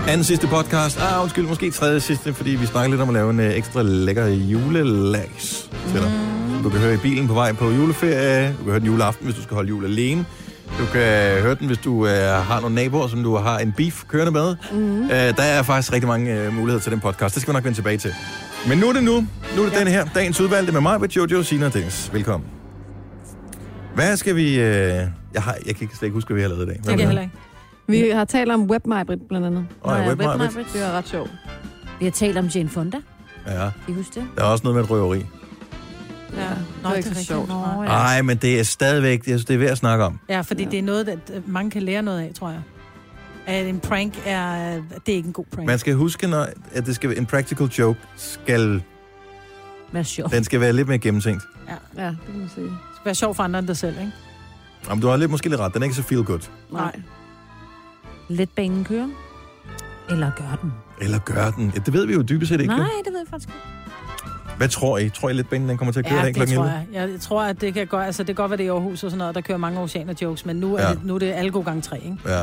Anden sidste podcast. Måske tredje sidste, fordi vi snakker lidt om at lave en ekstra lækker julelags til dig. Du kan høre i bilen på vej på juleferie. Du kan høre den juleaften, hvis du skal holde jul alene. Du kan høre den, hvis du har nogle naboer, som du har en beef kørende med. Der er faktisk rigtig mange muligheder til den podcast. Det skal vi nok vende tilbage til. Men nu er det den her. Dagens udvalgte med mig, med Jojo, Sina og Dennis. Velkommen. Hvad skal vi... Jeg kan slet ikke huske, hvad vi har lavet i dag. Det kan heller ikke. Vi har talt om WebMybrit blandt andet. WebMybrit. Det er ret sjovt. Vi har talt om Jane Fonda. Ja. Kan I huske det? Der er også noget med et røveri. Ja, det er ikke så sjovt. Nej, men det er stadigvæk, det er værd at snakke om. Ja, fordi det er noget, at mange kan lære noget af, tror jeg. At en prank det er ikke en god prank. Man skal huske, at det skal en practical joke skal være sjov. Den skal være lidt mere gennemtænkt. Ja, det kan man sige. Det skal være sjov for andre end dig selv, ikke? Jamen, du har måske lidt ret. Den er ikke så feel good. Nej. Letbanen kører. Eller gør den. Ja, det ved vi jo dybest set ikke. Nej, det ved jeg faktisk ikke. Hvad tror I? Tror I letbanen den kommer til at køre den klokken 11? Jeg tror, at det kan godt, altså det kan godt være det i Aarhus og sådan noget, der kører mange oceaner-jokes, men nu er det algo gang 3, ikke? Ja. Det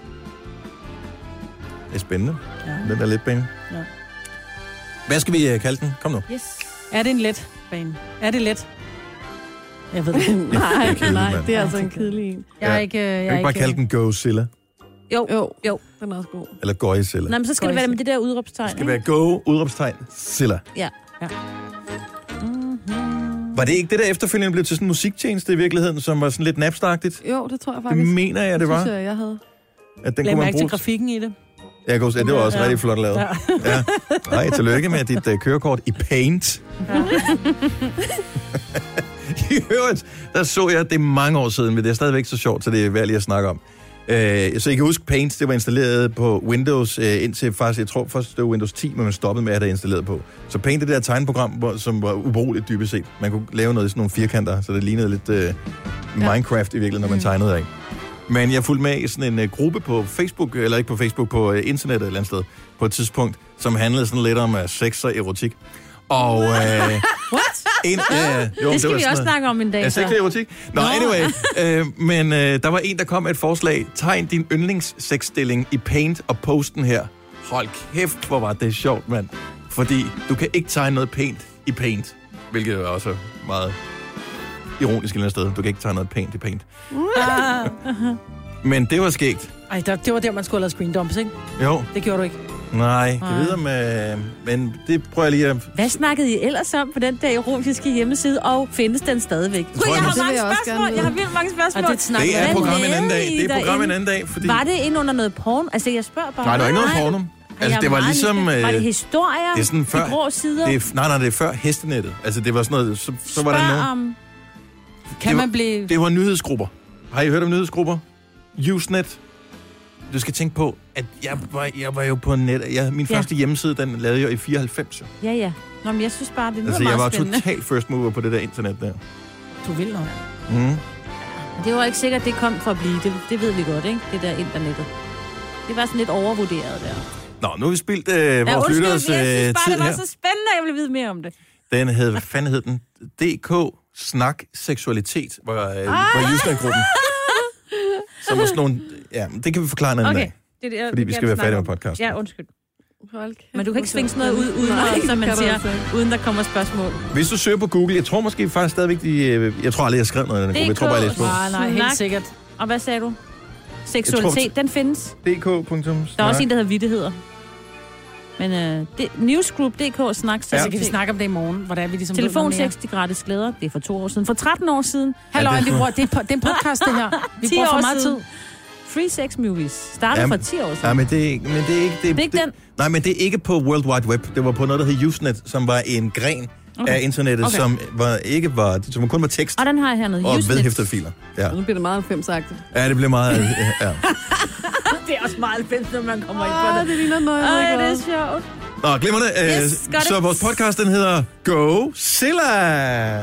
er spændende. Ja. Den der letbane. Ja. Hvad skal vi kalde den? Kom nu. Yes. Er det en letbane? Er det let? Jeg ved det. Nej, det er altså en kedelig en. Jeg er ikke bare kalde den Go-Zilla. Jo. Den er også god. Eller Goy-Zilla. Nej, men så skal det være med det der udråbstegn. Det skal være Go, udråbstegn, Zilla. Ja. Var det ikke det, der efterfølgende blev til sådan en musiktjeneste i virkeligheden, som var sådan lidt napstagtigt? Jo, det tror jeg faktisk. Det mener jeg, det var. Det synes jeg havde. At den Læg kunne man mærke bruge til grafikken i det. Ja, det var også rigtig flot lavet. Ja. Nej, tillykke med dit kørekort i Paint. Ja. I øvrigt, der så jeg, det er mange år siden, men det er stadigvæk så sjovt, så det er værd lige at snakke om. Så I kan huske, Paint, det var installeret på Windows indtil faktisk, jeg tror først det var Windows 10, men man stoppede med at have det installeret på. Så Paint, det der tegneprogram, som var ubrugeligt dybest set. Man kunne lave noget i sådan nogle firkanter, så det lignede lidt Minecraft i virkeligheden, når man tegnede af. Men jeg fulgte med i sådan en gruppe på Facebook, eller ikke på Facebook, på internet eller et eller andet sted, på et tidspunkt, som handlede sådan lidt om sex og erotik. Og What? Det skal vi også snakke om en dag. Ja, sex og erotik. Nå, anyway. Men der var en, der kom med et forslag. Tegn din yndlingssexstilling i Paint og post den her. Hold kæft, hvor var det sjovt, mand. Fordi du kan ikke tegne noget pænt i Paint. Hvilket er også meget ironisk et eller andet sted. Du kan ikke tegne noget pænt i Paint. Men det var skægt. Ej, det var der, man skulle have lavet screen dumps, ikke? Jo. Det gjorde du ikke. Nej, det videre med... Men det prøver jeg lige at... Hvad snakkede I ellers om på den der erotiske hjemmeside, og findes den stadigvæk? Jeg har mange spørgsmål. Jeg har virkelig mange spørgsmål. Det er program en anden dag. Det er program en anden dag, fordi... Var det ind under noget porno? Altså, jeg spørger bare. Nej, det var ikke noget porno. Altså, det var ligesom... Var det historier? Det er sådan før... De grå sider? Nej, det er før hestenettet. Altså, det var sådan noget... Så var der noget... Kan man blive... Det var nyhedsgrupper. Har I hørt om nyhedsgrupper? Usenet. Du skal tænke på, at jeg var jo på net. Min første hjemmeside, den lavede jeg i 94. Ja. Nå, men jeg synes bare, det lyder altså, meget jeg spændende. var totalt first mover på det der internet der. Du vil noget. Det var ikke sikkert, det kom for at blive. Det ved vi godt, ikke? Det der internettet. Det var sådan lidt overvurderet der. Nå, nu har vi spildt vores lytteres tid her. Jeg synes bare, det var så spændende, jeg ville vide mere om det. Den hed, hvad fanden hed den? DK Snak Seksualitet var Usenet-gruppen. Som var sådan nogle... Ja, det kan vi forklare en anden dag. Fordi vi skal være færdige med podcasten. Ja, undskyld. Men du kan ikke svinge sådan noget ud, uden, som man siger, uden der kommer spørgsmål. Hvis du søger på Google, jeg tror måske faktisk stadigvæk, jeg tror aldrig, jeg skrev noget af den gruppe. Jeg tror bare, jeg læste på. Nej, helt sikkert. Og hvad sagde du? Seksualitet, den findes. DK.snak. Der er også en, der hedder vittigheder. Men newsgroup.dk snak. Så kan vi snakke om det i morgen, hvor der er vi ligesom... Telefonsex, de gratis glæder. Det er for 2 år siden. For 13 år siden. Halløj, det er en podcast, det her. Vi bruger for meget tid. Free Sex Movies. Startede for 10 år siden. Ja, men det er ikke... Det er ikke den? Nej, men det er ikke på World Wide Web. Det var på noget, der hed Usenet, som var en gren af internettet, som kun var tekst. Og den har jeg hernede. Og vedhæftede filer. Ja. Nu bliver det meget 90-agtigt. Ja, det bliver meget... Ja. Det er også meget 90, når man kommer ind på det. Det ligner noget. Det er sjovt. Nå, glemmer det. Så vores podcast, den hedder Go-Zilla.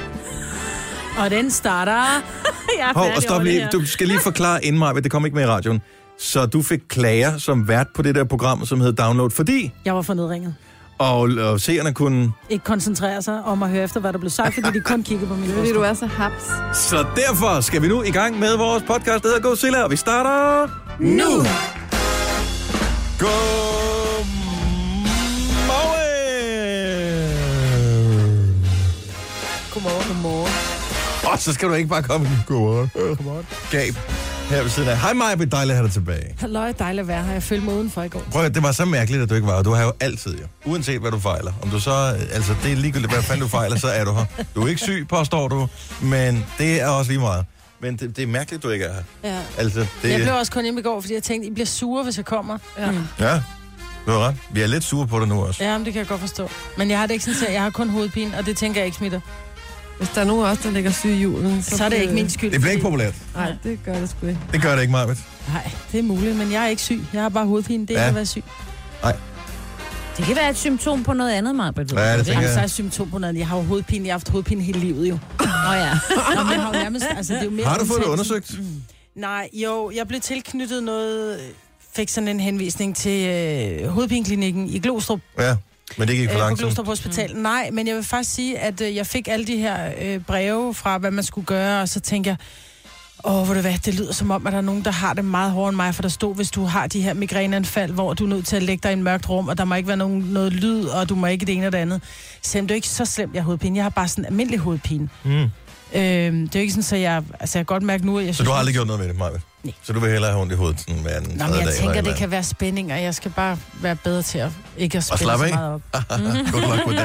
Og den starter... Og stop lige. Du skal lige forklare inden mig, det kom ikke med i radioen. Så du fik klager som vært på det der program, som hed Download, fordi... Jeg var for nedringet. Og seerne kunne... Ikke koncentrere sig om at høre efter, hvad der blev sagt, fordi de kun kiggede på min fordi du er så haps. Så derfor skal vi nu i gang med vores podcast, der hedder Go-Zilla, og vi starter nu! Godmorgen. Og så skal du ikke bare komme i godmorgen. Gab. Her ved siden af. Hej Maja, det er dejligt at have dig tilbage. Halløj, dejligt at være her. Jeg følte mig udenfor i går. Prøv at, det var så mærkeligt, at du ikke var her. Du har jo altid, ja. Uanset hvad du fejler. Om du så, altså det er ligegyldigt, hvad fanden du fejler, så er du her. Du er ikke syg, påstår du, men det er også lige meget. Men det er mærkeligt, du ikke er her. Ja. Altså, det... Jeg blev også kun hjemme i går, fordi jeg tænkte, I bliver sure, hvis jeg kommer. Ja. Ja, du har ret. Vi er lidt sure på det nu også. Ja, men det kan jeg godt forstå. Men jeg har det ikke sådan, at jeg har kun hovedpine, og det tænker jeg ikke smitter. Hvis der er nogen af os, der ligger syge i julen, Så er det ikke min skyld. Det bliver ikke populært. Nej, det gør det sgu ikke. Det gør det ikke, Marvitt. Nej, det er muligt, men jeg er ikke syg. Jeg har bare hovedpine. Det er ikke at være syg. Nej. Det kan være et symptom på noget andet, Marbet. Ja, det tænker Jeg har jeg. så symptom på noget. Jeg har jo hovedpine. Jeg har haft hovedpine hele livet jo. Nå ja. Nå, men jeg har jo nærmest, altså, det er jo mere Har du fået det intenst. undersøgt? Nej, jo, jeg blev tilknyttet noget, fik sådan en henvisning til hovedpineklinikken i Glostrup. Ja, men det gik for På lang tid. Glostrup Hospital. Nej, men jeg vil faktisk sige, at jeg fik alle de her breve fra, hvad man skulle gøre, og så tænker jeg, hvor det hvad, det lyder som om, at der er nogen, der har det meget hårdere end mig, for der stod, hvis du har de her migræneanfald, hvor du er nødt til at lægge dig i et mørkt rum, og der må ikke være noget lyd, og du må ikke det ene og det andet. Så det er ikke så slemt, jeg har hovedpine. Jeg har bare sådan almindelig hovedpine. Det er jo ikke sådan, så jeg kan godt mærke nu, at jeg Så du har aldrig gjort noget med det, Marvitt? Nej. Så du vil hellere have ondt i hovedet sådan hver anden Nå, tredje men dag? jeg tænker, eller det kan være spænding, og jeg skal bare være bedre til at ikke at spænde slappe så af. meget op. Good luck with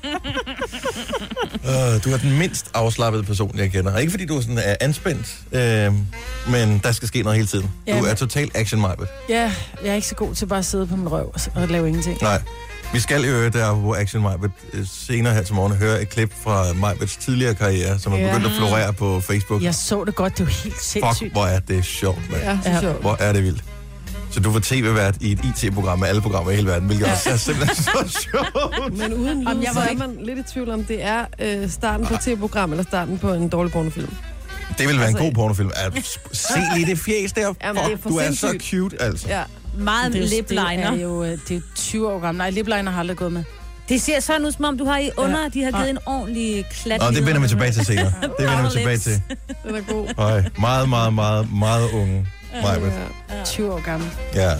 that. Du er den mindst afslappede person, jeg kender. Og ikke fordi du sådan er anspændt, men der skal ske noget hele tiden. Du Jamen. er total action, Marvitt. Ja, jeg er ikke så god til bare at sidde på min røv og lave ingenting. Nej. Vi skal jo der på Action Marvitt senere her til morgen høre et klip fra Marvitts tidligere karriere, som er begyndt at florere på Facebook. Jeg så det godt, det var helt sindssygt. Fuck, hvor er det sjovt, mand. Ja, så sjovt. Hvor er det vildt. Så du var tv-vært i et IT-program med alle programmer i hele verden, hvilket også er simpelthen så sjovt. Men uden lyd, så er man lidt i tvivl om, det er starten på et tv-program, eller starten på en dårlig pornofilm. Det vil være en god pornofilm. Se lige det fjæs der. Jamen, det er for Du er så sindssygt. cute, altså. Ja. Meget lipliner. Det er 20 år gammel. Nej, lipliner har aldrig gået med. Det ser sådan ud, som om du har i under, de har givet en ordentlig klat. Nå, det vender vi tilbage til senere. Det vender vi tilbage til. Den er god. Høj. Meget, meget, meget, meget unge. Marvitt. 20 år gammel. Ja.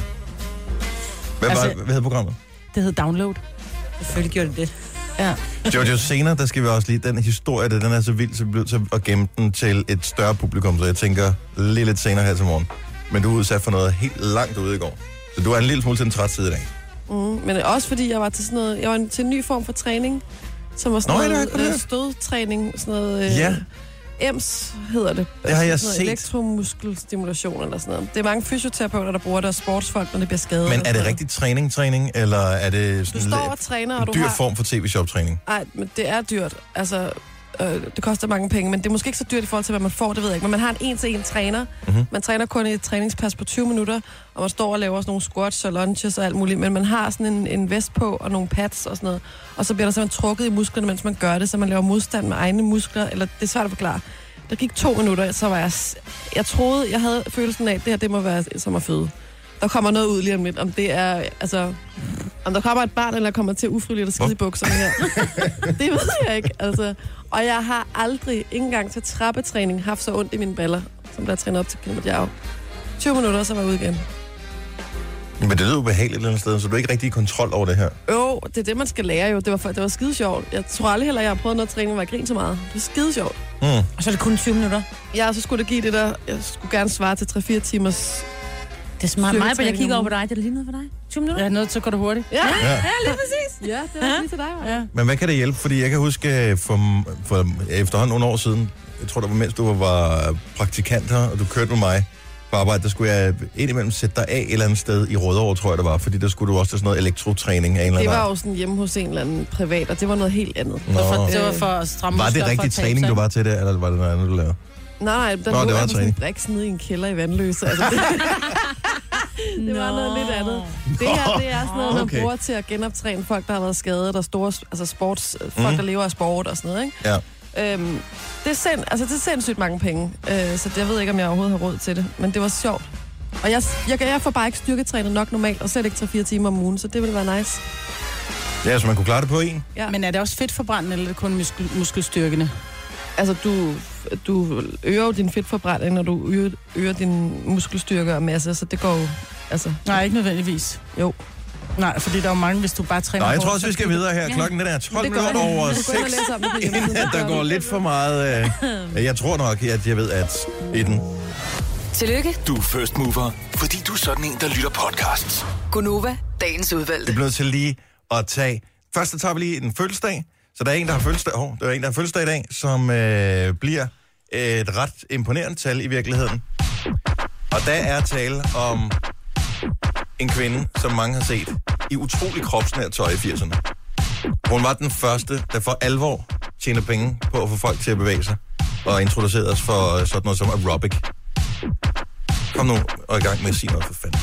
Hvad Altså- hed programmet? Det hed Download. Selvfølgelig gjorde det. Ja. Jojo, senere, der skal vi også lige, den historie, den er så vild, så vi bliver nødt til at gemme den til et større publikum, så jeg tænker lige lidt senere her til morgen. Men du er udsat for noget helt langt ude i går. Så du er en lille smule til den træt side i dag. Men også fordi jeg var til sådan noget, jeg var til en ny form for træning, som var sådan Nå, ja, det har noget jeg godt hørt. stødtræning, sådan noget Ja. EMS hedder det. Det har jeg sådan noget set. Elektromuskelstimulation eller sådan noget. Det er mange fysioterapeuter, der bruger det, og sportsfolk, når det bliver skadet. Men og er sådan det noget. rigtig træning, eller er det Du sådan står og træner, og en du dyr har... form for tv-shop-træning? Nej, men det er dyrt. Altså, det koster mange penge, men det er måske ikke så dyrt i forhold til, hvad man får, det ved jeg ikke. Men man har en en-til-en træner. Mhm. Man træner kun i et træningspas på 20 minutter, og man står og laver sådan nogle squats og lunges og alt muligt. Men man har sådan en vest på og nogle pads og sådan noget. Og så bliver der simpelthen trukket i musklerne, mens man gør det, så man laver modstand med egne muskler. Eller det er svært at forklare. Der gik 2 minutter, så var jeg troede, jeg havde følelsen af, at det her, det må være som at føde. Der kommer noget ud lige om lidt, om det er, altså, om der kommer et barn, eller kommer til ufrivilligt at skide i bukserne her. Det ved jeg ikke, altså. Og jeg har aldrig, ikke engang til trappetræning, haft så ondt i mine baller, som der er trænet op til Kilimanjaro. 20 minutter, så var jeg ude igen. Men det lyder ubehageligt et eller andet sted, så du er ikke rigtig i kontrol over det her. Jo, det er det, man skal lære jo. Det var skide sjovt. Jeg tror aldrig heller, jeg har prøvet noget træning, hvor jeg griner så meget. Det er skide sjovt. Og så er det kun 20 minutter. Ja, så skulle det give det der, jeg skulle gerne svare til 3-4 timers... Det er smart. Mig, jeg kigger over på dig. dig. Det er lige noget for dig. 20 minutter. Jeg er nødt til at gå det hurtigt. Ja, Ja. lige præcis. Ja, det var lige til dig, var. Ja. Men hvad kan det hjælpe? Fordi jeg kan huske for efterhånden nogle år siden, jeg tror det var mens du var praktikant her, og du kørte med mig på arbejde, der skulle jeg indimellem sætte dig af et eller andet sted i Rødovre, tror jeg det var, fordi der skulle du også til sådan noget elektrotræning af en eller Det anden var art. jo sådan hjemme hos en eller anden privat, og det var noget helt andet. Nå. Det var for at stramme Var det muskler, for rigtig at tabe træning, sig. du var til det, eller var det noget andet, du lavede? Nej, der Nå, lå det var altså sådan træning. en briks nede i en kælder i Vandløse. Altså, det var noget lidt andet. Det her, det er sådan noget, man Okay. bruger til at genoptræne folk, der har været skadet, og store, altså folk, der lever af sport og sådan noget, ikke? Ja. Det er sindssygt mange penge, så jeg ved ikke, om jeg overhovedet har råd til det, men det var sjovt. Og jeg får bare ikke styrketrænet nok normalt, og slet ikke 3-4 timer om ugen, så det ville være nice. Ja, så man kunne klare det på en. Ja. Men er det også fedtforbrændende, eller er det kun muskelstyrkende? Altså, du øger jo din fedtforbrænding, når du øger din muskelstyrke og masse, så det går jo Altså, Nej, ikke nødvendigvis. jo. Nej, fordi der er jo mange, hvis du bare træner. Nej, jeg tror også, vi skal videre her. Klokken den er 12 minutter over 6. Inden at der går lidt for meget... jeg tror nok, at jeg ved, at i den... Tillykke, Du er first mover, fordi du er sådan en, der lytter podcasts. Gunova, dagens udvalgte. Vi bliver nødt til lige at tage... Først så tager vi lige en fødselsdag. Så der er en, der har fødselsdag, der er en, der har fødselsdag i dag, som bliver et ret imponerende tal i virkeligheden. Og der er tale om en kvinde, som mange har set i utrolig kropsnært tøj i 80'erne. Hun var den første, der for alvor tjener penge på at få folk til at bevæge sig, og introducerede os for sådan noget som aerobic. Kom nu og i gang med at sige noget for fanden.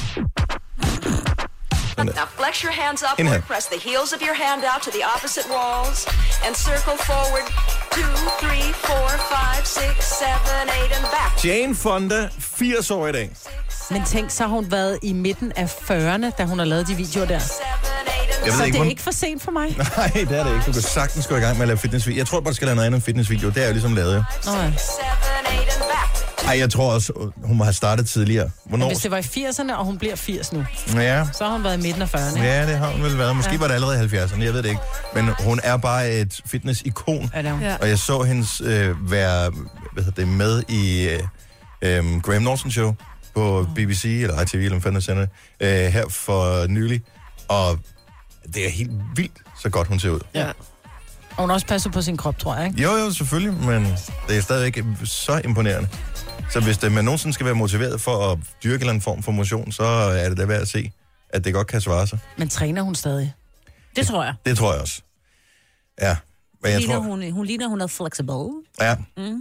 Now flex your hands upward, Inhale. press the heels of your hand out to the opposite walls, and circle forward 2, 3, 4, 5, 6, 7, 8, and back. Jane Fonda, 80 år i dag. Men tænk, så har hun været i midten af 40'erne, da hun har lavet de videoer der. 7, 8, and Jeg Så ved ikke, det er hvor... ikke for sent for mig. Nej, det er det ikke. Du kan sagtens gå i gang med at lave fitnessvideo. Jeg tror bare, du skal lave noget andet end fitnessvideo. Det er jo ligesom lavet, jo. Nå, ja. 7, 8, and back. Ej, jeg tror også, hun må have startet tidligere. Hvornår? Hvis det var i 80'erne, og hun bliver 80 nu, Ja, så har hun været i midten af 40'erne. ja, det har hun vel været. Måske var det allerede i 70'erne, jeg ved det ikke. Men hun er bare et fitness-ikon. Ja, det er hun. Ja. Og jeg så hendes være med i Graham Norton Show på BBC, eller ITV, eller hvad fanden sender her for nylig. Og det er helt vildt, så godt hun ser ud. Ja. Og hun også passer på sin krop, tror jeg, ikke? Jo, selvfølgelig, men det er stadigvæk så imponerende. Så hvis man nogensinde skal være motiveret for at dyrke en eller anden form for motion, så er det da værd at se, at det godt kan svare sig. Men træner hun stadig? Det tror jeg. Det tror jeg også. Ja, men jeg tror... Hun ligner, hun er flexible. Ja.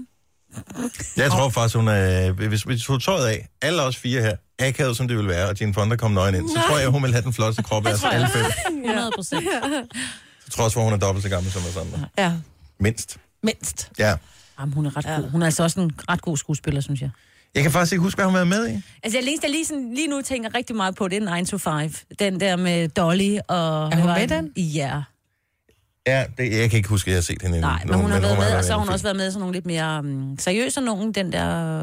Jeg tror faktisk, hun er... Hvis vi tog tøjet af, alle os 4 her, akavet som det vil være, og Jane Fonda kom nøgen ind, så tror jeg, hun vil have den flotteste krop af os alle 5. 100%. Så tror jeg også, hun er dobbelt så gammel som os andre. Ja, Mindst. mindst. Ja. Jamen, hun er ret god. Hun er altså også en ret god skuespiller, synes jeg. Jeg kan faktisk ikke huske, hvad hun har været med i. Altså, jeg lige nu tænker rigtig meget på, det er 9 to 5. Den der med Dolly og... Er hun med i den? Ja. Ja, jeg kan ikke huske, at jeg har set hende. Nej, men hun har været med, og så har hun i også været med i sådan nogle lidt mere seriøse nogen. Den der...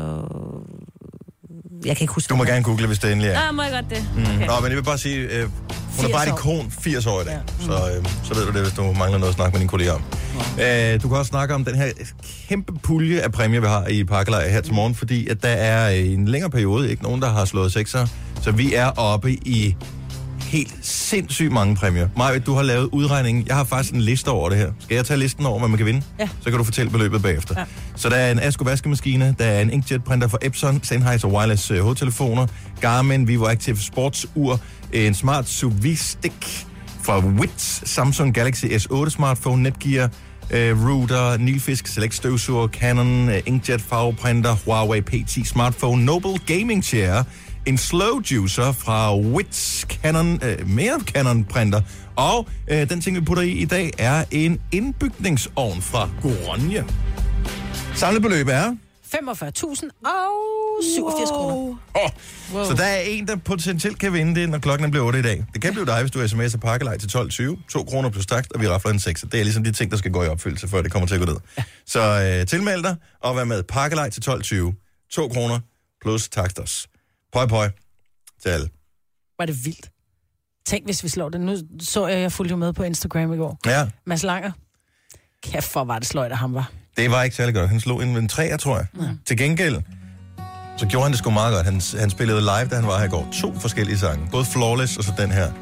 Jeg kan ikke huske... Du må gerne google, hvis det endelig er. Nej, må jeg godt det? Okay. Nå, men jeg vil bare sige, hun er bare et ikon 80 år i dag. Ja. Så ved du det, hvis du mangler noget at snakke med din kollega om. Du kan også snakke om den her kæmpe pulje af præmier, vi har i Pakkelejr her til morgen, fordi at der er i en længere periode ikke nogen, der har slået 6'er. Så vi er oppe i helt sindssygt mange præmier. Maja, du har lavet udregningen. Jeg har faktisk en liste over det her. Skal jeg tage listen over, hvad man kan vinde? Ja. Så kan du fortælle beløbet bagefter. Ja. Så der er en Asko vaskemaskine, der er en inkjet-printer fra Epson, Sennheiser wireless hovedtelefoner, Garmin Vivo Active sportsur, en smart sous vide stick fra Wits, Samsung Galaxy S8 smartphone, Netgear, Router, Nilfisk Select støvsuger, Canon, inkjet farveprinter, Huawei P10 smartphone, Noble Gaming Chair, en slow juicer fra Wits mere Canon printer, og den ting, vi putter i dag, er en indbygningsovn fra Goronje. Samlebeløbet er... 45.087 kroner. Wow. Så der er en, der potentielt kan vinde det, når klokken bliver 8 i dag. Det kan blive dig, hvis du sms'er pakkelej til 12.20. 2 kroner plus takst, og vi rafler en 6. Det er ligesom de ting, der skal gå i opfyldelse, før det kommer til at gå ned. Ja. Så tilmeld dig og vær med pakkelej til 12.20. 2 kroner plus taksters. Pøj, pøj til alle. Var det vildt. Tænk, hvis vi slår det. Nu så jeg fulgte med på Instagram i går. Ja. Mads Langer. Kæft, hvor var det sløjt af ham, var. Det var ikke særlig godt. Han slog en 3'er, tror jeg. Ja. Til gengæld, så gjorde han det sgu meget godt. Han spillede live, da han var her i går. 2 forskellige sange. Både Flawless og så den her.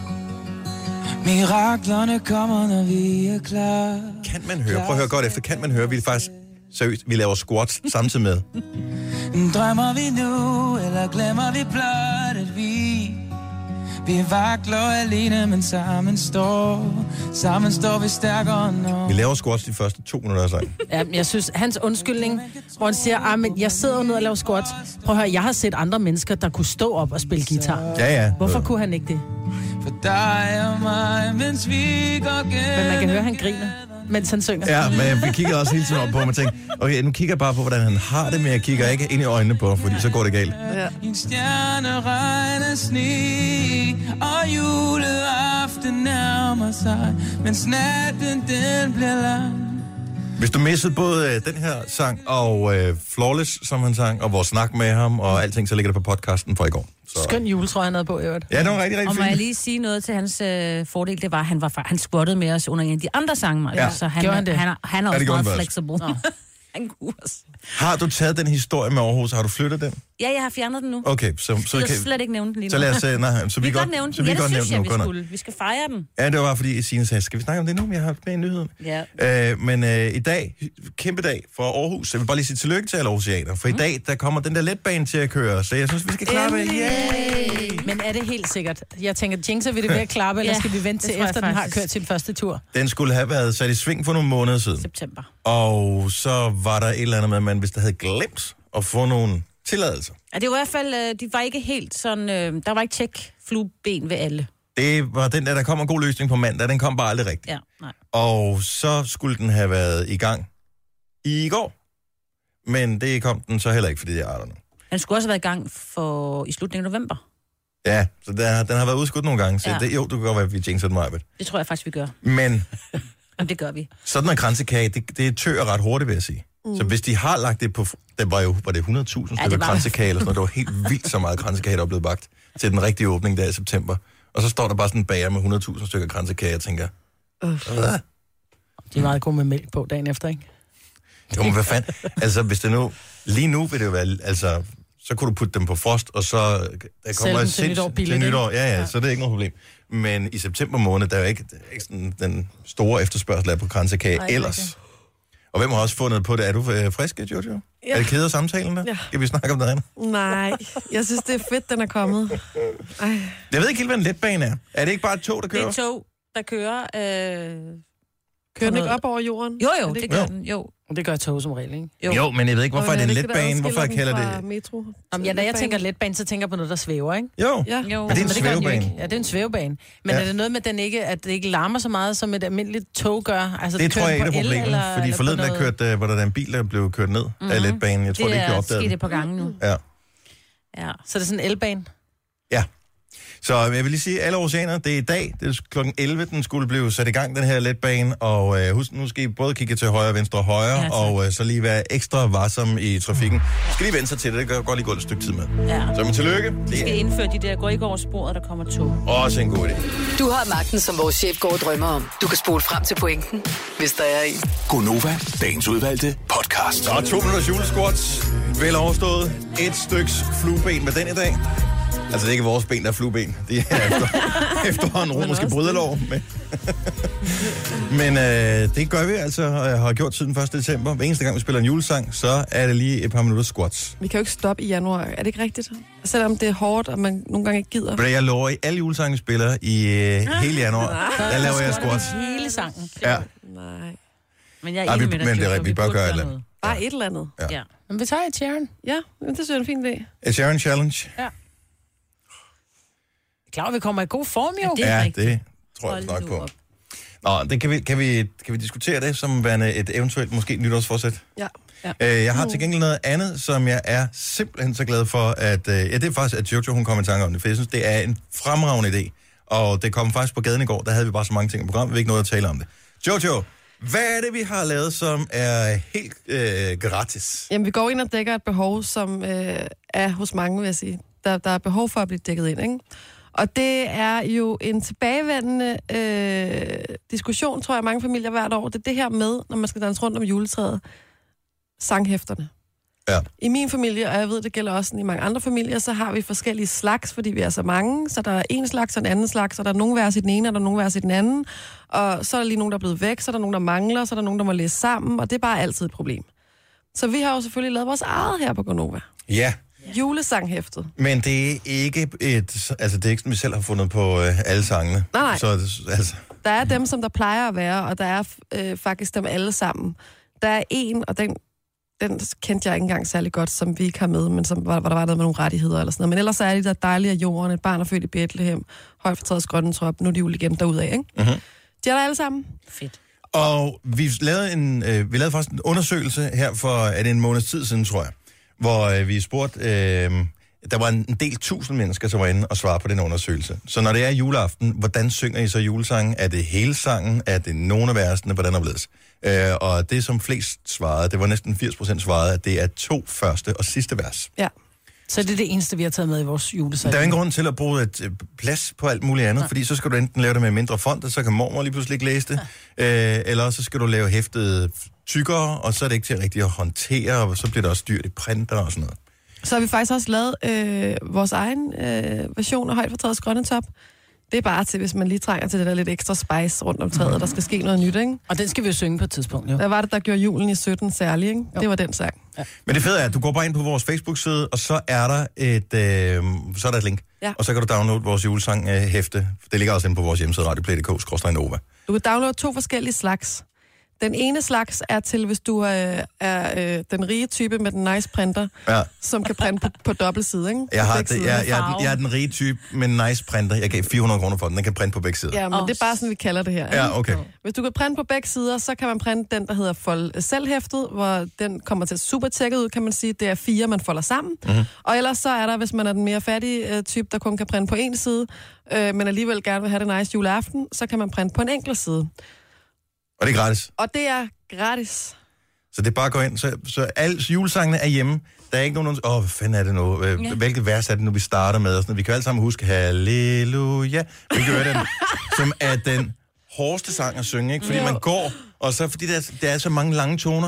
Miraklerne kommer, når vi er klar. Kan man høre? Prøv at høre godt efter. Kan man høre? Vi er faktisk seriøst. Vi laver squats samtidig med. Drømmer vi nu, eller glemmer vi blot, at vi vakler alene, men sammen står vi stærkere når... Vi laver squats de første 2 minutter af sang. Ja, jeg synes, hans undskyldning, hvor han siger, men jeg sidder ned og laver squats. Prøv at høre, jeg har set andre mennesker, der kunne stå op og spille guitar. Ja. Hvorfor kunne han ikke det? For dig og mig, mens vi går gennem... Men man kan høre, han griner, mens han synger. Ja, men vi kigger også hele tiden op på ham og tænker, okay, nu kigger jeg bare på, hvordan han har det, men jeg kigger ikke ind i øjnene på, fordi så går det galt. Ja. En stjerne regner sne, og juleaften nærmer sig, mens natten den bliver lang. Hvis du missede både den her sang og Flawless, som han sang, og vores snak med ham og alting, så ligger det på podcasten fra i går. Så. Skøn juletrøje, han havde på, i øvrigt. Ja, det var rigtig, rigtig Og må jeg fint. lige sige noget til hans fordel, det var, at han squattede med os under en af de andre sange, Ja. så han Gjorde han det? han er Ja, det også gjorde meget han flexible. Han kunne også. Har du taget den historie med Aarhus? Har du flyttet den? Ja, jeg har fjernet den nu. Okay, så Jeg vil slet ikke nævne den lige nu. Så lad os så vi vi kan godt godt nævne så den. vi Ja, det godt synes nævne jeg, den vi nu. skulle. Vi skal fejre den. Ja, det var fordi Signe sagde, skal vi snakke om det nu? Jeg har haft med i nyheden. Ja. Men i dag, kæmpe dag for Aarhus. Jeg vil bare lige sige tillykke til alle aarhusianer, for i dag, der kommer den der letbane til at køre, så jeg synes, vi skal klappe. Yay! Men er det helt sikkert? Jeg tænker, jinxer vi det ved at klappe, eller Ja, skal vi vente det til tror jeg efter, den har faktisk. kørt sin første tur? Den skulle have været sat i sving for nogle måneder siden. September. Og så var der et eller andet med, at man hvis der havde glemt at få nogle tilladelser. Ja, det var i hvert fald, de var ikke helt sådan, der var ikke tjek flueben ved alle. Det var den der kom en god løsning på mandag, den kom bare aldrig rigtigt. Ja, nej. Og så skulle den have været i gang i går. Men det kom den så heller ikke, fordi det er aldrig nu. Han skulle også have været i gang i slutningen af november. Ja, så den har været udskudt nogle gange, så Ja. det kan godt være, at vi jinxer den meget. Det tror jeg faktisk, vi gør. Men Jamen, det gør vi. sådan en kransekage, det tør ret hurtigt, vil jeg sige. Så hvis de har lagt det på... var det 100.000 stykker var- kransekage eller sådan noget. Det var helt vildt så meget kransekage, der er blevet bagt til den rigtige åbning der i september. Og så står der bare sådan en bager med 100.000 stykker kransekage, og tænker... Hvad? De er meget gode med mælk på dagen efter, ikke? Jo, men hvad fanden? Altså, hvis det nu... Lige nu vil det jo være... Altså, så kunne du putte dem på frost, og så... Der kommer dem til nytår billigt, til nytår. ikke? Ja, så det er ikke noget problem. Men i september måned, der er jo ikke sådan den store efterspørgsel af på kransekage ellers. Og hvem har også fundet på det? Er du frisk, Jojo? Ja. Er det ked af samtalen der? Ja. Skal vi snakke om noget andet? Nej, jeg synes, det er fedt, den er kommet. Ej. Jeg ved ikke helt, hvad en letbane er. Er det ikke bare et tog, der Det er kører? et tog, der kører... Kører den ikke op over jorden? Jo, Er det ikke- gør Jo. den, jo. Det gør tog som regel, ikke? Jo, men jeg ved ikke, hvorfor er det en ikke det, der letbane? Hvorfor jeg adskiller kalder den fra det... Metro? Når jeg tænker letbane, så tænker jeg på noget, der svæver, ikke? Jo, Ja. Jo. men det er en Men det gør den jo svævebane. ikke. Ja, det er en svævebane. Men Ja. er det noget med, at det ikke larmer så meget, som et almindeligt tog gør? Altså, Det tror kører jeg er den et af på el, problemerne. Fordi eller forleden på der noget- kørte, hvor der er en bil, der blev kørt ned af letbanen. Jeg tror, det ikke blev er opdaget. sket et par gange nu. Ja. Ja. Så det er sådan en elbane? Ja. Så jeg vil lige sige, alle oceaner, det er i dag, det er kl. 11, den skulle blive sat i gang, den her letbane, og husk, nu skal I både kigge til højre, venstre og højre, Ja, og så lige være ekstra varsom i trafikken. Skal lige vende sig til det, det kan godt lige gå et stykke tid med. Ja. Så med tillykke, Vi det skal er indføre de der, går ikke over sporet, der kommer tog. også en god idé. Du har magten, som vores chef går og drømmer om. Du kan spole frem til pointen, hvis der er en. Gonova, dagens udvalgte podcast. Så 2 minutters julesquats, vel overstået, et styks flueben med den i dag. Altså, det er ikke vores ben, der er flueben. Det er efterhånden romerske bryderlov. Men det gør vi altså, og jeg har gjort siden 1. december. Hver eneste gang, vi spiller en julesang, så er det lige et par minutter squats. Vi kan jo ikke stoppe i januar. Er det ikke rigtigt? Selvom det er hårdt, og man nogle gange ikke gider. Men jeg lover, i alle julesange, vi spiller i hele januar, der laver jeg squats. Hele sangen. Ja. Nej. Men jeg er Ej, enig vi- med dig, men det er Jojo, rigtigt, vi bør burde gøre et eller noget. Bare et eller andet. Ja. Ja. Men vi tager et Sharon. Ja, men det synes jeg er en fin idé. A Sharon Challenge? Klar, vi kommer i god form, jo. Det er Ja, rigtigt. det tror jeg Hold nok nu på. op. Nå, det kan vi diskutere det som værende et eventuelt måske nytårsforsæt? Ja. Jeg har til gengæld noget andet, som jeg er simpelthen så glad for, at... det er faktisk, at Jojo hun kom i tanke om det, for jeg synes, det er en fremragende idé. Og det kom faktisk på gaden i går, der havde vi bare så mange ting i programmet, vi ikke nåede at tale om det. Jojo, hvad er det, vi har lavet, som er helt gratis? Jamen, vi går ind og dækker et behov, som er hos mange, vil jeg sige. Der er behov for at blive dækket ind, ikke? Og det er jo en tilbagevendende diskussion, tror jeg, mange familier hvert år. Det er det her med, når man skal danse rundt om juletræet, sanghæfterne. Ja. I min familie, og jeg ved, det gælder også i mange andre familier, så har vi forskellige slags, fordi vi er så mange. Så der er en slags og en anden slags, og der er nogen vers i den ene, og der er nogen vers i den anden. Og så er der lige nogen, der er blevet væk, så er der nogen, der mangler, så er der nogen, der må læse sammen, og det er bare altid et problem. Så vi har jo selvfølgelig lavet vores eget her på Gonova. Ja, Julesanghæftet. men det er ikke altså det er ikke sådan, vi selv har fundet på alle sangene. Nej. Så altså, Der er dem, som der plejer at være, og der er faktisk dem alle sammen. Der er en, og den kendte jeg ikke engang særlig godt, som vi ikke har med, men som, hvor der var noget med nogle rettigheder eller sådan noget. Men ellers er de der dejlige af jorden, et barn er født i Bethlehem, højt for træets grønne trop, nu er de jul igen derudad, ikke? Mhm. De er der alle sammen. Fedt. og vi lavede faktisk en undersøgelse her for en måneds tid siden, tror jeg, hvor vi spurgte, der var en del tusind mennesker, som var inde og svare på den undersøgelse. Så når det er juleaften, hvordan synger I så julesangen? Er det hele sangen? Er det nogle af versene? Hvordan opledes? Og det, som flest svarede, det var næsten 80% svarede, at det er 2 første og sidste vers. Ja. Så det er det eneste, vi har taget med i vores julesalg. Der er ingen grund til at bruge et plads på alt muligt andet, fordi så skal du enten lave det med mindre font, og så kan mormor lige pludselig ikke læse det, eller så skal du lave hæftet tykkere, og så er det ikke til rigtig at håndtere, og så bliver det også dyrt i printer og sådan noget. Så har vi faktisk også lavet vores egen version af højtfortrædets grønne top. Det er bare til, hvis man lige trænger til det der lidt ekstra spice rundt om træet, der skal ske noget nyt, ikke? Og den skal vi jo synge på et tidspunkt, jo. Hvad var det, der gjorde julen i 17 særlig, ikke? Det var den sang. Ja. Men det fede er, at du går bare ind på vores Facebook-side, og så er der et link. Ja. Og så kan du downloade vores julesang-hæfte. Det ligger også inde på vores hjemmeside, radioplay.dk/Nova. Du kan downloade 2 forskellige slags. Den ene slags er til, hvis du er den rige type med den nice printer, som kan printe på dobbeltside, ikke? Jeg er den rige type med en nice printer. Jeg gav 400 kroner for den. Den kan printe på begge sider. Ja, men det er bare sådan, vi kalder det her. Ikke? Ja, okay. Hvis du kan printe på begge sider, så kan man printe den, der hedder fold selvhæftet, hvor den kommer til super tjekket ud, kan man sige. Det er 4, man folder sammen. Mm-hmm. Og ellers så er der, hvis man er den mere fattige type, der kun kan printe på en side, men alligevel gerne vil have det nice juleaften, så kan man printe på en enkelt side. Og det er gratis. Og det er gratis. Så det er bare at gå ind. Så alle julesangene er hjemme. Der er ikke nogen, hvad fanden er det nu? Hvilket vers er det nu, vi starter med? Og sådan. Vi kan alle sammen huske, halleluja. Vi gør den, som er den hårdeste sang at synge, ikke? Fordi man går, og så fordi der er så mange lange toner.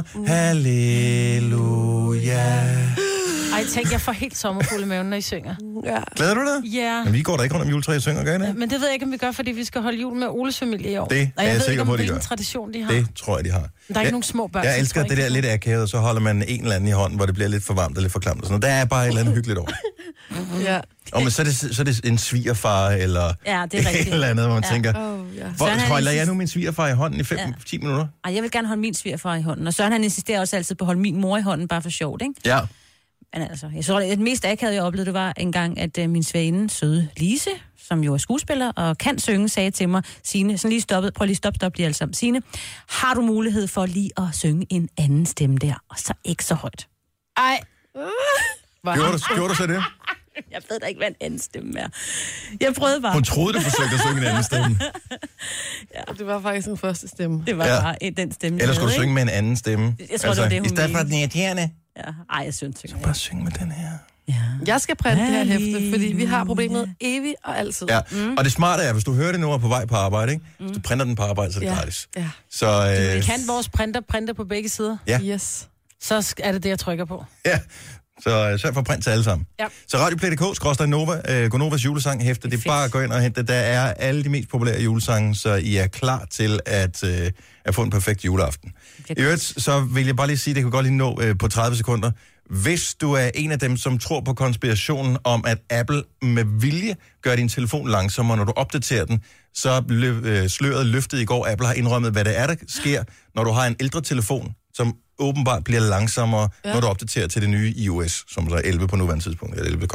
Halleluja. Ej, tænk, jeg får helt sommerfugl i maven, når I synger. Ja. Glæder du dig? Ja. Men vi går da ikke rundt om juletræet og synger, gør I det? Men det ved jeg ikke, om vi gør, fordi vi skal holde jul med Oles familie i år. Det er jeg sikker på, at de gør. Hvilken tradition de har. Det tror jeg, de har. Der er ikke nogen små børn. Jeg elsker det der lidt akavet, så holder man en eller anden i hånden, hvor det bliver lidt for varmt og lidt for klamt. Og sådan. Der er bare et eller andet hyggeligt over. Ja. Men så er det en svigerfar, eller det er et eller andet, hvor man tænker, ja. hvor holder jeg nu min svigerfar i hånden i 5-10 minutter? Ej, jeg vil gerne holde min svigerfar i hånden. Og Søren, han insisterer også altid på at holde min mor i hånden, bare for sjovt, ikke? Ja. Men altså, jeg tror, det mest akavede, jeg oplevede, det var engang, at min svæne, søde Lise, som jo er skuespiller og kan synge, sagde til mig, Signe, sådan lige stoppet, prøv lige stop lige alle sammen. Signe, har du mulighed for lige at synge en anden stemme der, og så ikke så højt? Ej. Gjorde du så det? Jeg ved da ikke, hvad en anden stemme er. Jeg prøvede bare. Hun troede, du forsøgte at synge en anden stemme. Ja, det var faktisk den første stemme. Det var bare den stemme. Eller skulle du synge med en anden stemme? Jeg tror, det var det, hun i stedet for den irriterende. Ja. Ej, jeg synes ikke. Så bare synge med den her. Ja. Jeg skal printe det her hæfte, fordi vi har problemet evigt og altid. Ja. Og det smarte er, hvis du hører det nu og på vej på arbejde, ikke? Hvis du printer den på arbejde, så er det gratis. Ja. Så, vi kan vores printer på begge sider. Ja. Yes. Så er det, jeg trykker på. Ja. Så sørg for print til alle sammen. Ja. Så radioplay.dk/Nova, Gonovas julesang hæfte. Det er bare at gå ind og hente. Der er alle de mest populære julesange, så I er klar til at få en perfekt juleaften. I øvrigt, så vil jeg bare lige sige, det kan godt lige nå på 30 sekunder. Hvis du er en af dem, som tror på konspirationen om, at Apple med vilje gør din telefon langsommere, når du opdaterer den, så blev sløret løftet i går. Apple har indrømmet, hvad det er, der sker, når du har en ældre telefon, som åbenbart bliver langsommere, når du opdaterer til det nye iOS, som så er 11 på nuværende tidspunkt, eller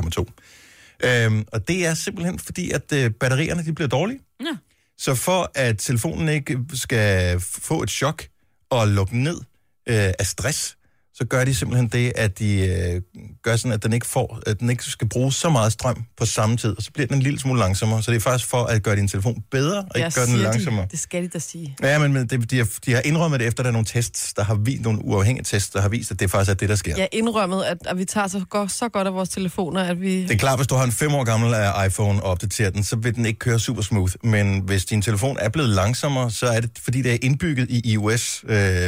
11,2. Og det er simpelthen fordi, at batterierne de bliver dårlige. Ja. Så for at telefonen ikke skal få et chok og lukke ned af stress, så gør de simpelthen det, at de gør sådan, at den ikke skal bruge så meget strøm på samme tid, og så bliver den en lille smule langsommere. Så det er faktisk for at gøre din telefon bedre, og ikke gøre den langsommere. Det skal de da sige. Ja, men de har indrømmet det efter, der er nogle tests, der har vist, nogle uafhængige tests, der har vist, at det faktisk er det, der sker. Ja, indrømmet, at vi tager så godt af vores telefoner, at vi... Det er klart, hvis du har en 5 år gammel iPhone og opdaterer den, så vil den ikke køre super smooth. Men hvis din telefon er blevet langsommere, så er det, fordi det er indbygget i iOS.